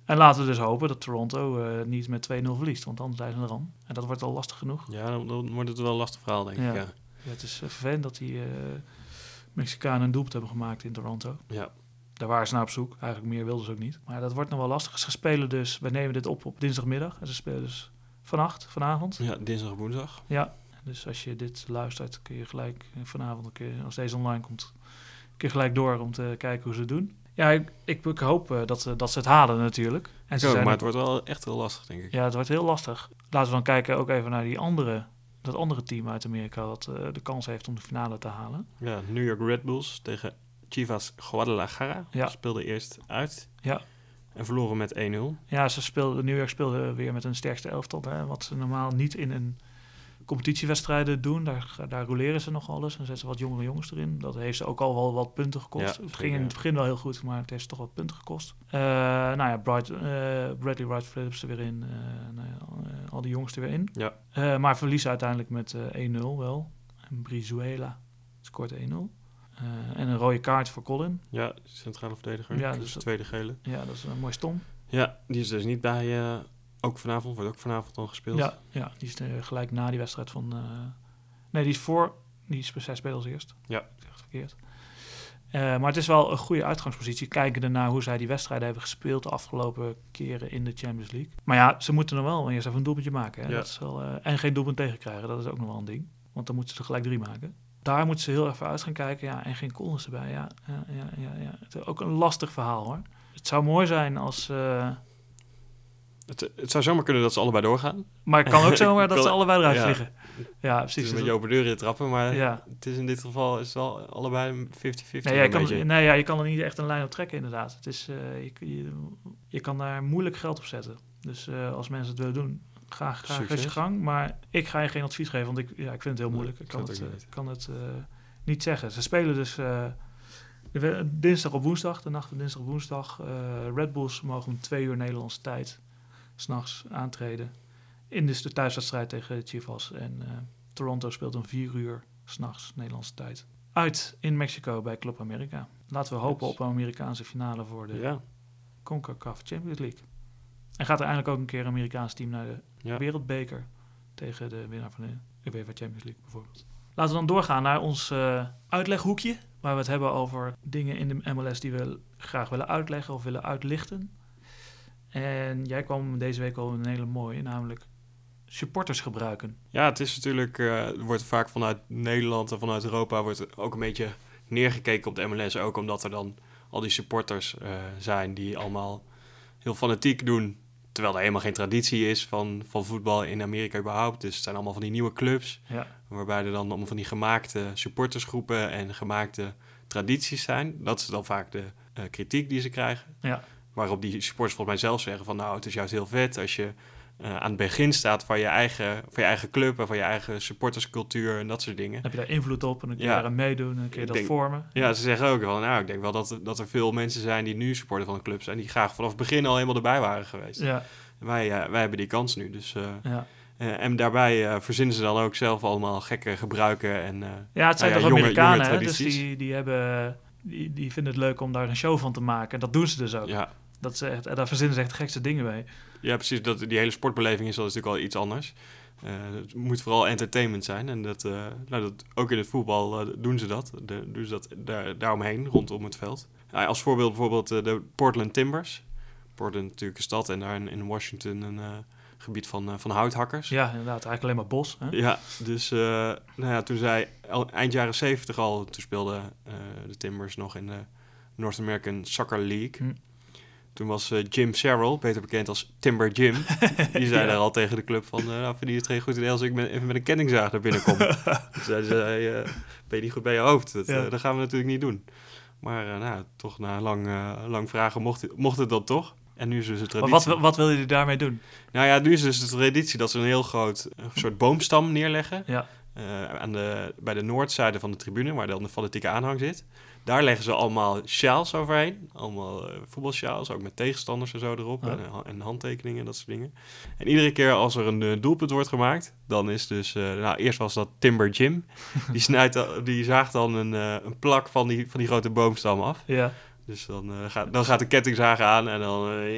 En laten we dus hopen dat Toronto niet met 2-0 verliest, want anders zijn ze er al. En dat wordt al lastig genoeg. Ja, dan wordt het wel een lastig verhaal, denk ik. Ja. Ja, het is vervelend dat die Mexicanen een doelpunt hebben gemaakt in Toronto. Ja. Daar waren ze naar op zoek. Eigenlijk meer wilden ze ook niet. Maar dat wordt nog wel lastig. Ze spelen dus, wij nemen dit op dinsdagmiddag. En ze spelen dus vanavond. Ja, dinsdag en woensdag. Ja, dus als je dit luistert, kun je gelijk vanavond, als deze online komt, kun je gelijk door om te kijken hoe ze het doen. Ja, ik hoop dat ze het halen natuurlijk. En maar het wordt wel echt heel lastig, denk ik. Ja, het wordt heel lastig. Laten we dan kijken ook even naar dat andere team uit Amerika dat de kans heeft om de finale te halen. Ja, New York Red Bulls tegen Chivas Guadalajara. Ja. Speelden eerst uit. Ja. En verloren met 1-0. Ja, New York speelde weer met een sterkste elftal. Hè, wat ze normaal niet in een competitiewedstrijden doen. Daar roleren ze nog alles en zetten ze wat jongere jongens erin. Dat heeft ze ook al wel wat punten gekost. Ja, het ging in het begin wel heel goed, maar het heeft toch wat punten gekost. Bradley Wright Phillips er weer in. Al die jongens er weer in. Ja. Maar verliezen uiteindelijk met 1-0 wel. En Brizuela scoort 1-0. En een rode kaart voor Colin. Ja, centrale verdediger. Ja, dus de tweede gele. Ja, dat is een mooi stom. Ja, die is dus niet bij... wordt ook vanavond al gespeeld. Ja, die is gelijk na die wedstrijd van... Nee, die is voor... Zij spelen als eerst. Ja. Ik zeg het verkeerd. Maar het is wel een goede uitgangspositie. Kijkende naar hoe zij die wedstrijden hebben gespeeld de afgelopen keren in de Champions League. Maar ja, ze moeten nog wel eerst even een doelpuntje maken. Hè? Ja. Dat is wel, en geen doelpunt tegenkrijgen. Dat is ook nog wel een ding. Want dan moeten ze er gelijk 3 maken. Daar moeten ze heel even uit gaan kijken. Ja, en geen Collins erbij. Ja. Het is ook een lastig verhaal, hoor. Het zou mooi zijn als... Het zou zomaar kunnen dat ze allebei doorgaan. Maar het kan ook zomaar dat ze allebei eruit vliegen. Ja, precies. Het is met je open deur in trappen, maar het is in dit geval is het wel allebei 50-50. Je kan er niet echt een lijn op trekken, inderdaad. Het is, je kan daar moeilijk geld op zetten. Dus als mensen het willen doen, graag je gang. Maar ik ga je geen advies geven, want ik vind het heel moeilijk. Ik kan het niet zeggen. Ze spelen dus dinsdag op woensdag, de nacht van dinsdag op woensdag. Red Bulls mogen om 2 uur Nederlandse tijd 's nachts aantreden. In dus de thuiswedstrijd tegen Chivas. En Toronto speelt om 4 uur 's nachts Nederlandse tijd. Uit in Mexico bij Club America. Laten we hopen op een Amerikaanse finale voor de CONCACAF Champions League. En gaat er eindelijk ook een keer een Amerikaans team naar de Wereldbeker tegen de winnaar van de UEFA Champions League bijvoorbeeld. Laten we dan doorgaan naar ons uitleghoekje. Waar we het hebben over dingen in de MLS die we graag willen uitleggen of willen uitlichten. En jij kwam deze week al een hele mooie, namelijk supporters gebruiken. Ja, het is natuurlijk, wordt vaak vanuit Nederland en vanuit Europa wordt ook een beetje neergekeken op de MLS. Ook omdat er dan al die supporters zijn die allemaal heel fanatiek doen. Terwijl er helemaal geen traditie is van voetbal in Amerika überhaupt. Dus het zijn allemaal van die nieuwe clubs. Ja. Waarbij er dan allemaal van die gemaakte supportersgroepen en gemaakte tradities zijn. Dat is dan vaak de kritiek die ze krijgen. Ja. Waarop die supporters volgens mij zelf zeggen van het is juist heel vet als je aan het begin staat van je eigen club en van je eigen supporterscultuur en dat soort dingen. Dan heb je daar invloed op en dan kun je daar aan meedoen en dan kun je dat vormen. Ja, ze zeggen ook van ik denk wel dat er veel mensen zijn die nu supporter van een club zijn die graag vanaf het begin al helemaal erbij waren geweest. Ja. Wij hebben die kans nu, dus... en daarbij verzinnen ze dan ook zelf allemaal gekke gebruiken en het zijn toch Amerikanen, jonge dus die vinden het leuk om daar een show van te maken. En dat doen ze dus ook. Ja. Daar verzinnen ze echt de gekste dingen mee. Ja, precies. Die hele sportbeleving is natuurlijk al iets anders. Het moet vooral entertainment zijn. En dat ook in het voetbal doen ze dat. Doen ze dat daaromheen, rondom het veld. Als voorbeeld bijvoorbeeld de Portland Timbers. Portland natuurlijk een stad en daar in Washington een gebied van houthakkers. Ja, inderdaad. Eigenlijk alleen maar bos. Hè? Ja, dus toen zij eind jaren 70 al... Toen speelden de Timbers nog in de North American Soccer League. Toen was Jim Sherrill, beter bekend als Timber Jim... die zei daar al tegen de club van... vind je het geen goed idee als ik even met een kettingzaag naar binnen kom? Toen zeiden ze, ben je niet goed bij je hoofd? Dat gaan we natuurlijk niet doen. Maar toch na lang vragen mocht het dan toch... En nu is dus de traditie. Maar wat wil je daarmee doen? Nou ja, nu is dus de traditie dat ze een heel groot soort boomstam neerleggen. Ja. Bij de noordzijde van de tribune, waar dan de fanatieke aanhang zit. Daar leggen ze allemaal sjaals overheen. Allemaal voetbalsjaals, ook met tegenstanders en zo erop. Ja. En handtekeningen en dat soort dingen. En iedere keer als er een doelpunt wordt gemaakt, dan is dus... eerst was dat Timber Jim. Die zaagt dan een plak van die grote boomstam af. Ja. Dus dan gaat de kettingzaag aan en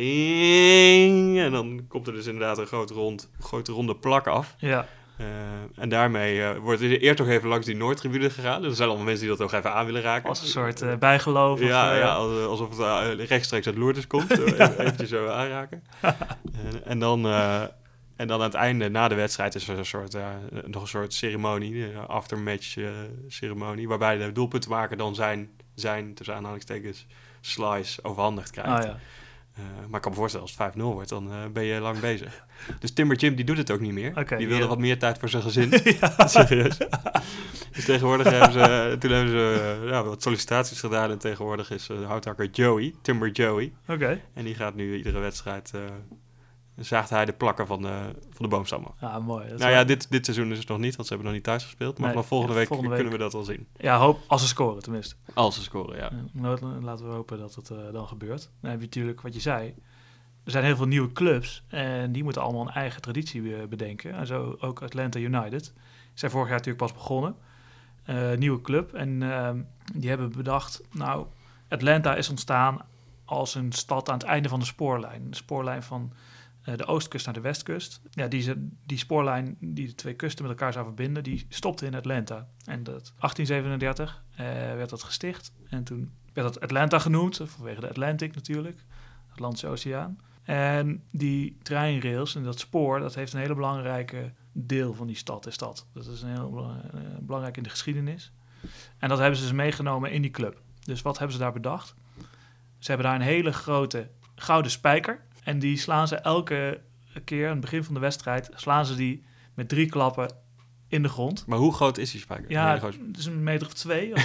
dan komt er dus inderdaad een grote ronde plak af. Ja. En daarmee wordt er eerst nog even langs die Noordtribune gegaan. Dus er zijn allemaal mensen die dat ook even aan willen raken. Als een soort bijgeloof. Alsof het rechtstreeks uit Lourdes komt. Eventjes zo aanraken. En dan aan het einde, na de wedstrijd, is er nog een soort ceremonie. Aftermatch ceremonie. Waarbij de doelpuntenmaker dan zijn tussen aanhalingstekens, slice overhandigd krijgt. Ja. Maar ik kan me voorstellen, als het 5-0 wordt, dan ben je lang bezig. Dus Timber Jim, die doet het ook niet meer. Okay, die wilde wat meer tijd voor zijn gezin. Ja. Serieus. Dus tegenwoordig hebben ze wat sollicitaties gedaan. En tegenwoordig is de houthakker Timber Joey. Okay. En die gaat nu iedere wedstrijd... zaagt hij de plakken van de boomstammen. Ja, mooi. Dit seizoen is het nog niet, want ze hebben nog niet thuis gespeeld. Maar vanaf volgende week kunnen we dat wel zien. Ja, als ze scoren tenminste. Als ze scoren, ja. Laten we hopen dat het dan gebeurt. Dan heb je natuurlijk, wat je zei, er zijn heel veel nieuwe clubs en die moeten allemaal een eigen traditie bedenken. En zo ook Atlanta United. Ze zijn vorig jaar natuurlijk pas begonnen. Nieuwe club. En die hebben bedacht, Atlanta is ontstaan als een stad aan het einde van de spoorlijn. De spoorlijn van de oostkust naar de westkust. Ja, die spoorlijn die de twee kusten met elkaar zou verbinden, die stopte in Atlanta. En 1837 werd dat gesticht. En toen werd dat Atlanta genoemd, vanwege de Atlantic natuurlijk, de Atlantische Oceaan. En die treinrails en dat spoor, dat heeft een hele belangrijke deel van die stad, is dat. Dat is een heel belangrijk in de geschiedenis. En dat hebben ze dus meegenomen in die club. Dus wat hebben ze daar bedacht? Ze hebben daar een hele grote gouden spijker. En die slaan ze elke keer, aan het begin van de wedstrijd, slaan ze die met 3 klappen in de grond. Maar hoe groot is die spijker? Ja, het is 1,2 meter of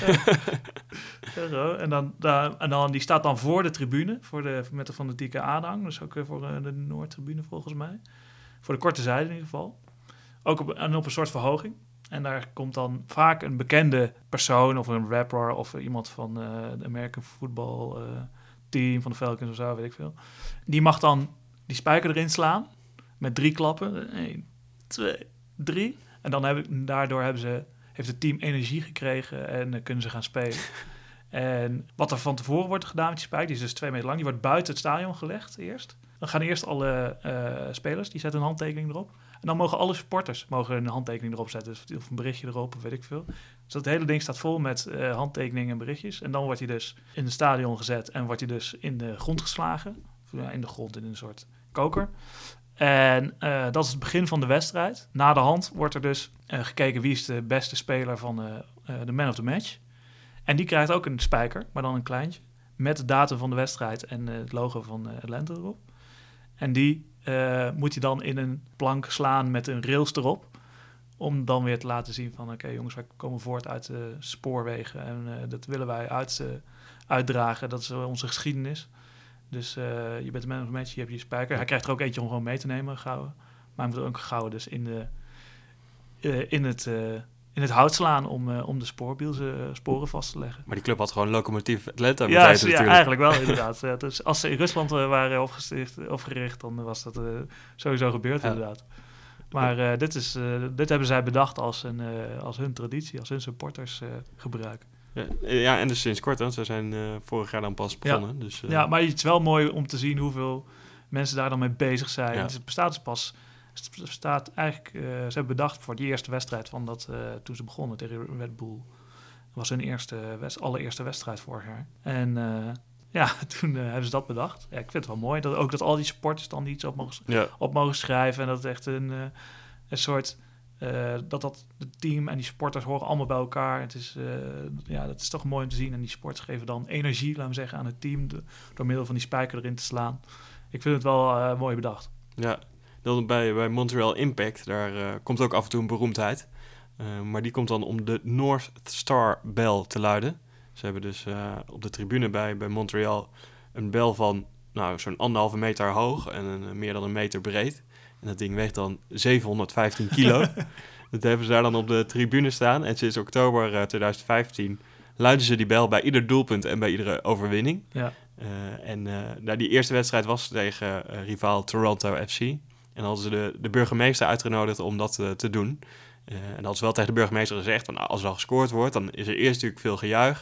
zo. En dan die staat dan voor de tribune, met de fanatieke aanhang. Dus ook voor de Noordtribune volgens mij. Voor de korte zijde in ieder geval. Ook op een soort verhoging. En daar komt dan vaak een bekende persoon of een rapper of iemand van de American Football team van de Falcons of zo, weet ik veel. Die mag dan die spijker erin slaan met 3 klappen. 1, 2, 3. En dan heeft het team energie gekregen en kunnen ze gaan spelen. En wat er van tevoren wordt gedaan met die spijker, die is dus 2 meter lang, die wordt buiten het stadion gelegd eerst. Dan gaan eerst alle spelers, die zetten een handtekening erop. En dan mogen alle supporters een handtekening erop zetten. Of een berichtje erop, of weet ik veel. Dus dat hele ding staat vol met handtekeningen en berichtjes. En dan wordt hij dus in het stadion gezet en wordt hij dus in de grond geslagen. In de grond, in een soort koker. En dat is het begin van de wedstrijd. Na de hand wordt er dus gekeken wie is de beste speler van de man of the match. En die krijgt ook een spijker, maar dan een kleintje. Met de datum van de wedstrijd en het logo van Atlanta erop. En die moet je dan in een plank slaan met een rails erop. Om dan weer te laten zien van oké, jongens, wij komen voort uit de spoorwegen. En dat willen wij uitdragen. Dat is onze geschiedenis. Dus je bent de man of the match, je hebt je spijker. Hij krijgt er ook eentje om gewoon mee te nemen, gouden. Maar hij moet er ook gouden dus in het hout slaan om de sporen vast te leggen. Maar die club had gewoon Lokomotief Atlanta natuurlijk. Ja, eigenlijk wel, inderdaad. Ja, dus als ze in Rusland waren opgericht, dan was dat sowieso gebeurd, inderdaad. Maar dit hebben zij bedacht als hun traditie, als hun supporters gebruiken. Ja, en dus sinds kort, want ze zijn vorig jaar dan pas begonnen. Ja. Dus, ja, maar het is wel mooi om te zien hoeveel mensen daar dan mee bezig zijn. Ja. Het bestaat dus pas... ze hebben bedacht voor die eerste wedstrijd van toen ze begonnen tegen Red Bull. Dat was hun allereerste wedstrijd vorig jaar. En toen hebben ze dat bedacht. Ja, ik vind het wel mooi dat al die supporters dan iets op mogen schrijven. En dat het echt een soort... dat het team en die supporters horen allemaal bij elkaar. Het is, dat is toch mooi om te zien. En die supporters geven dan energie, laten we zeggen, aan het team. Door middel van die spijker erin te slaan. Ik vind het wel mooi bedacht. Ja. Dan bij Montreal Impact, daar komt ook af en toe een beroemdheid. Maar die komt dan om de North Star Bell te luiden. Ze hebben dus op de tribune bij Montreal een bel van zo'n 1,5 meter hoog en meer dan 1 meter breed. En dat ding weegt dan 715 kilo. Dat hebben ze daar dan op de tribune staan. En sinds oktober 2015 luiden ze die bel bij ieder doelpunt en bij iedere overwinning. Ja. Die eerste wedstrijd was tegen rivaal Toronto FC. En hadden ze de burgemeester uitgenodigd om dat te doen. En hadden ze wel tegen de burgemeester gezegd, van, als er al gescoord wordt, dan is er eerst natuurlijk veel gejuich.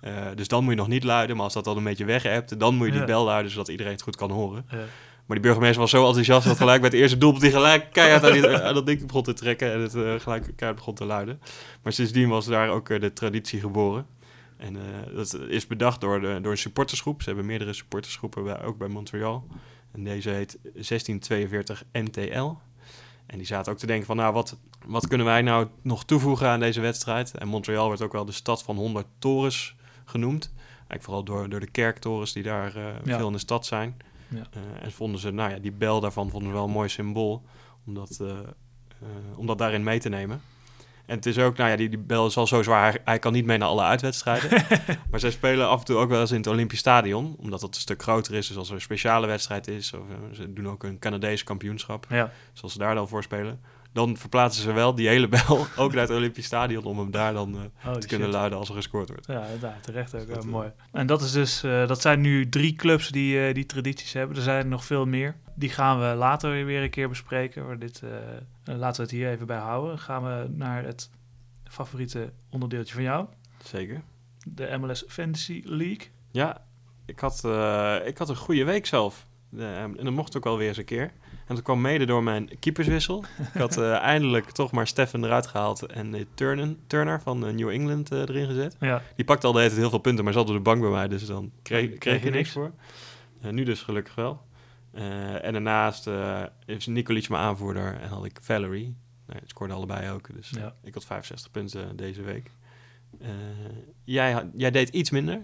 Dus dan moet je nog niet luiden. Maar als dat dan een beetje weg hebt, dan moet je die bel luiden, zodat iedereen het goed kan horen. Maar die burgemeester was zo enthousiast dat gelijk bij het eerste doelpunt die gelijk keihard aan dat ding begon te trekken en het gelijk keihard begon te luiden. Maar sindsdien was daar ook de traditie geboren. En dat is bedacht door een supportersgroep. Ze hebben meerdere supportersgroepen, ook bij Montreal. En deze heet 1642 MTL. En die zaten ook te denken van, nou, wat kunnen wij nou nog toevoegen aan deze wedstrijd? En Montreal wordt ook wel de stad van 100 torens genoemd. Eigenlijk vooral door de kerktorens die daar veel in de stad zijn. Ja. En vonden ze, die bel daarvan vonden ze wel een mooi symbool om dat daarin mee te nemen. En het is ook, die bel is al zo zwaar, hij kan niet mee naar alle uitwedstrijden. Maar zij spelen af en toe ook wel eens in het Olympisch Stadion, omdat dat een stuk groter is. Dus als er een speciale wedstrijd is, of ze doen ook een Canadees kampioenschap, zoals ze daar dan voor spelen. Dan verplaatsen ze wel die hele bel ook naar het Olympisch Stadion om hem daar dan te kunnen luiden als er gescoord wordt. Ja, inderdaad, terecht ook. Mooi. En dat is dus, dat zijn nu 3 clubs die tradities hebben. Er zijn er nog veel meer. Die gaan we later weer een keer bespreken. Maar laten we het hier even bij houden. Dan gaan we naar het favoriete onderdeeltje van jou. Zeker. De MLS Fantasy League. Ja, ik had een goede week zelf. En dat mocht ook wel weer eens een keer. En dat kwam mede door mijn keeperswissel. Ik had eindelijk toch maar Steffen eruit gehaald en Turner van New England erin gezet. Ja. Die pakte al de hele tijd heel veel punten, maar zat op de bank bij mij. Dus dan kreeg je niks voor. Nu dus gelukkig wel. En daarnaast is Nikolic mijn aanvoerder en had ik Valerie. Het scoorde allebei ook. Dus ik had 65 punten deze week. Jij deed iets minder.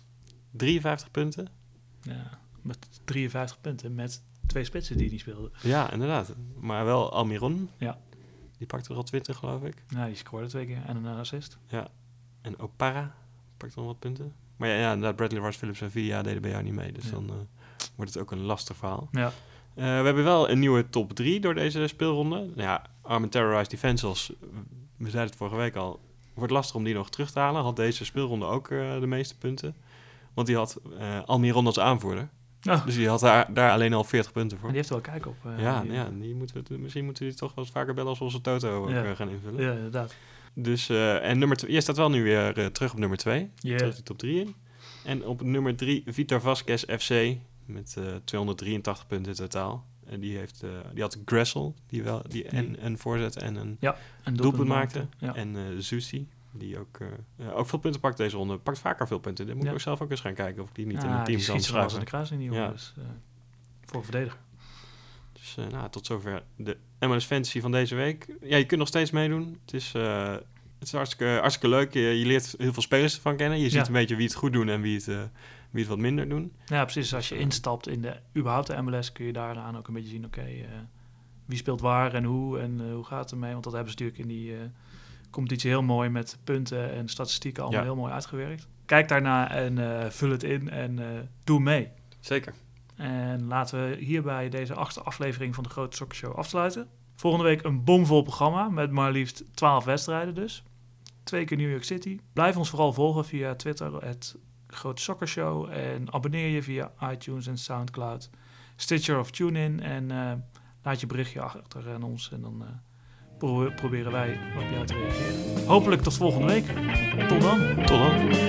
53 punten. Ja, met 53 punten met 2 spitsen die niet speelden. Ja, inderdaad. Maar wel Almiron. Ja. Die pakte er al 20, geloof ik. Ja, die scoorde 2 keer en een assist. Ja. En Opara pakte nog wat punten. Maar ja, inderdaad, Bradley Ross, Phillips en Villa deden bij jou niet mee. Dus dan wordt het ook een lastig verhaal. Ja. We hebben wel een nieuwe top 3 door deze speelronde. Nou ja, Armen Terrorized Defensals, we zeiden het vorige week al, wordt lastig om die nog terug te halen. Had deze speelronde ook de meeste punten. Want die had Almiron als aanvoerder. Oh. Dus die had daar alleen al 40 punten voor. En die heeft er wel kijk op. Misschien moeten we die toch wel eens vaker bellen als we onze Toto gaan invullen. Ja, inderdaad. Dus, en nummer 2, je staat wel nu weer terug op nummer 2. Yeah. Terug de top 3 in. En op nummer 3 Vitor Vasquez FC met 283 punten in totaal. En die had Gressel, die een voorzet en een doelpunt maakte. Ja. En Zusi, die ook veel punten pakt deze ronde. Pakt vaker veel punten. Dan moet ik ook zelf ook eens gaan kijken of ik die niet in het team kan schrijven. In de kruising, die jongen. Dus, voor verdediger. Dus tot zover de MLS Fantasy van deze week. Ja, je kunt nog steeds meedoen. Het is hartstikke leuk. Je leert heel veel spelers ervan kennen. Je ziet een beetje wie het goed doen en wie het wat minder doen. Ja, precies. Als je instapt in überhaupt de MLS, kun je daaraan ook een beetje zien, wie speelt waar en hoe gaat het ermee? Want dat hebben ze natuurlijk in die competitie heel mooi met punten en statistieken allemaal heel mooi uitgewerkt. Kijk daarna en vul het in en doe mee. Zeker. En laten we hierbij deze 8e aflevering van de Grote Sokkershow afsluiten. Volgende week een bomvol programma met maar liefst 12 wedstrijden dus. 2 keer New York City. Blijf ons vooral volgen via Twitter, Grote Sokkershow. En abonneer je via iTunes en Soundcloud, Stitcher of TuneIn. En laat je berichtje achter aan ons. En dan proberen wij op jou te reageren. Hopelijk tot volgende week. Tot dan. Tot dan.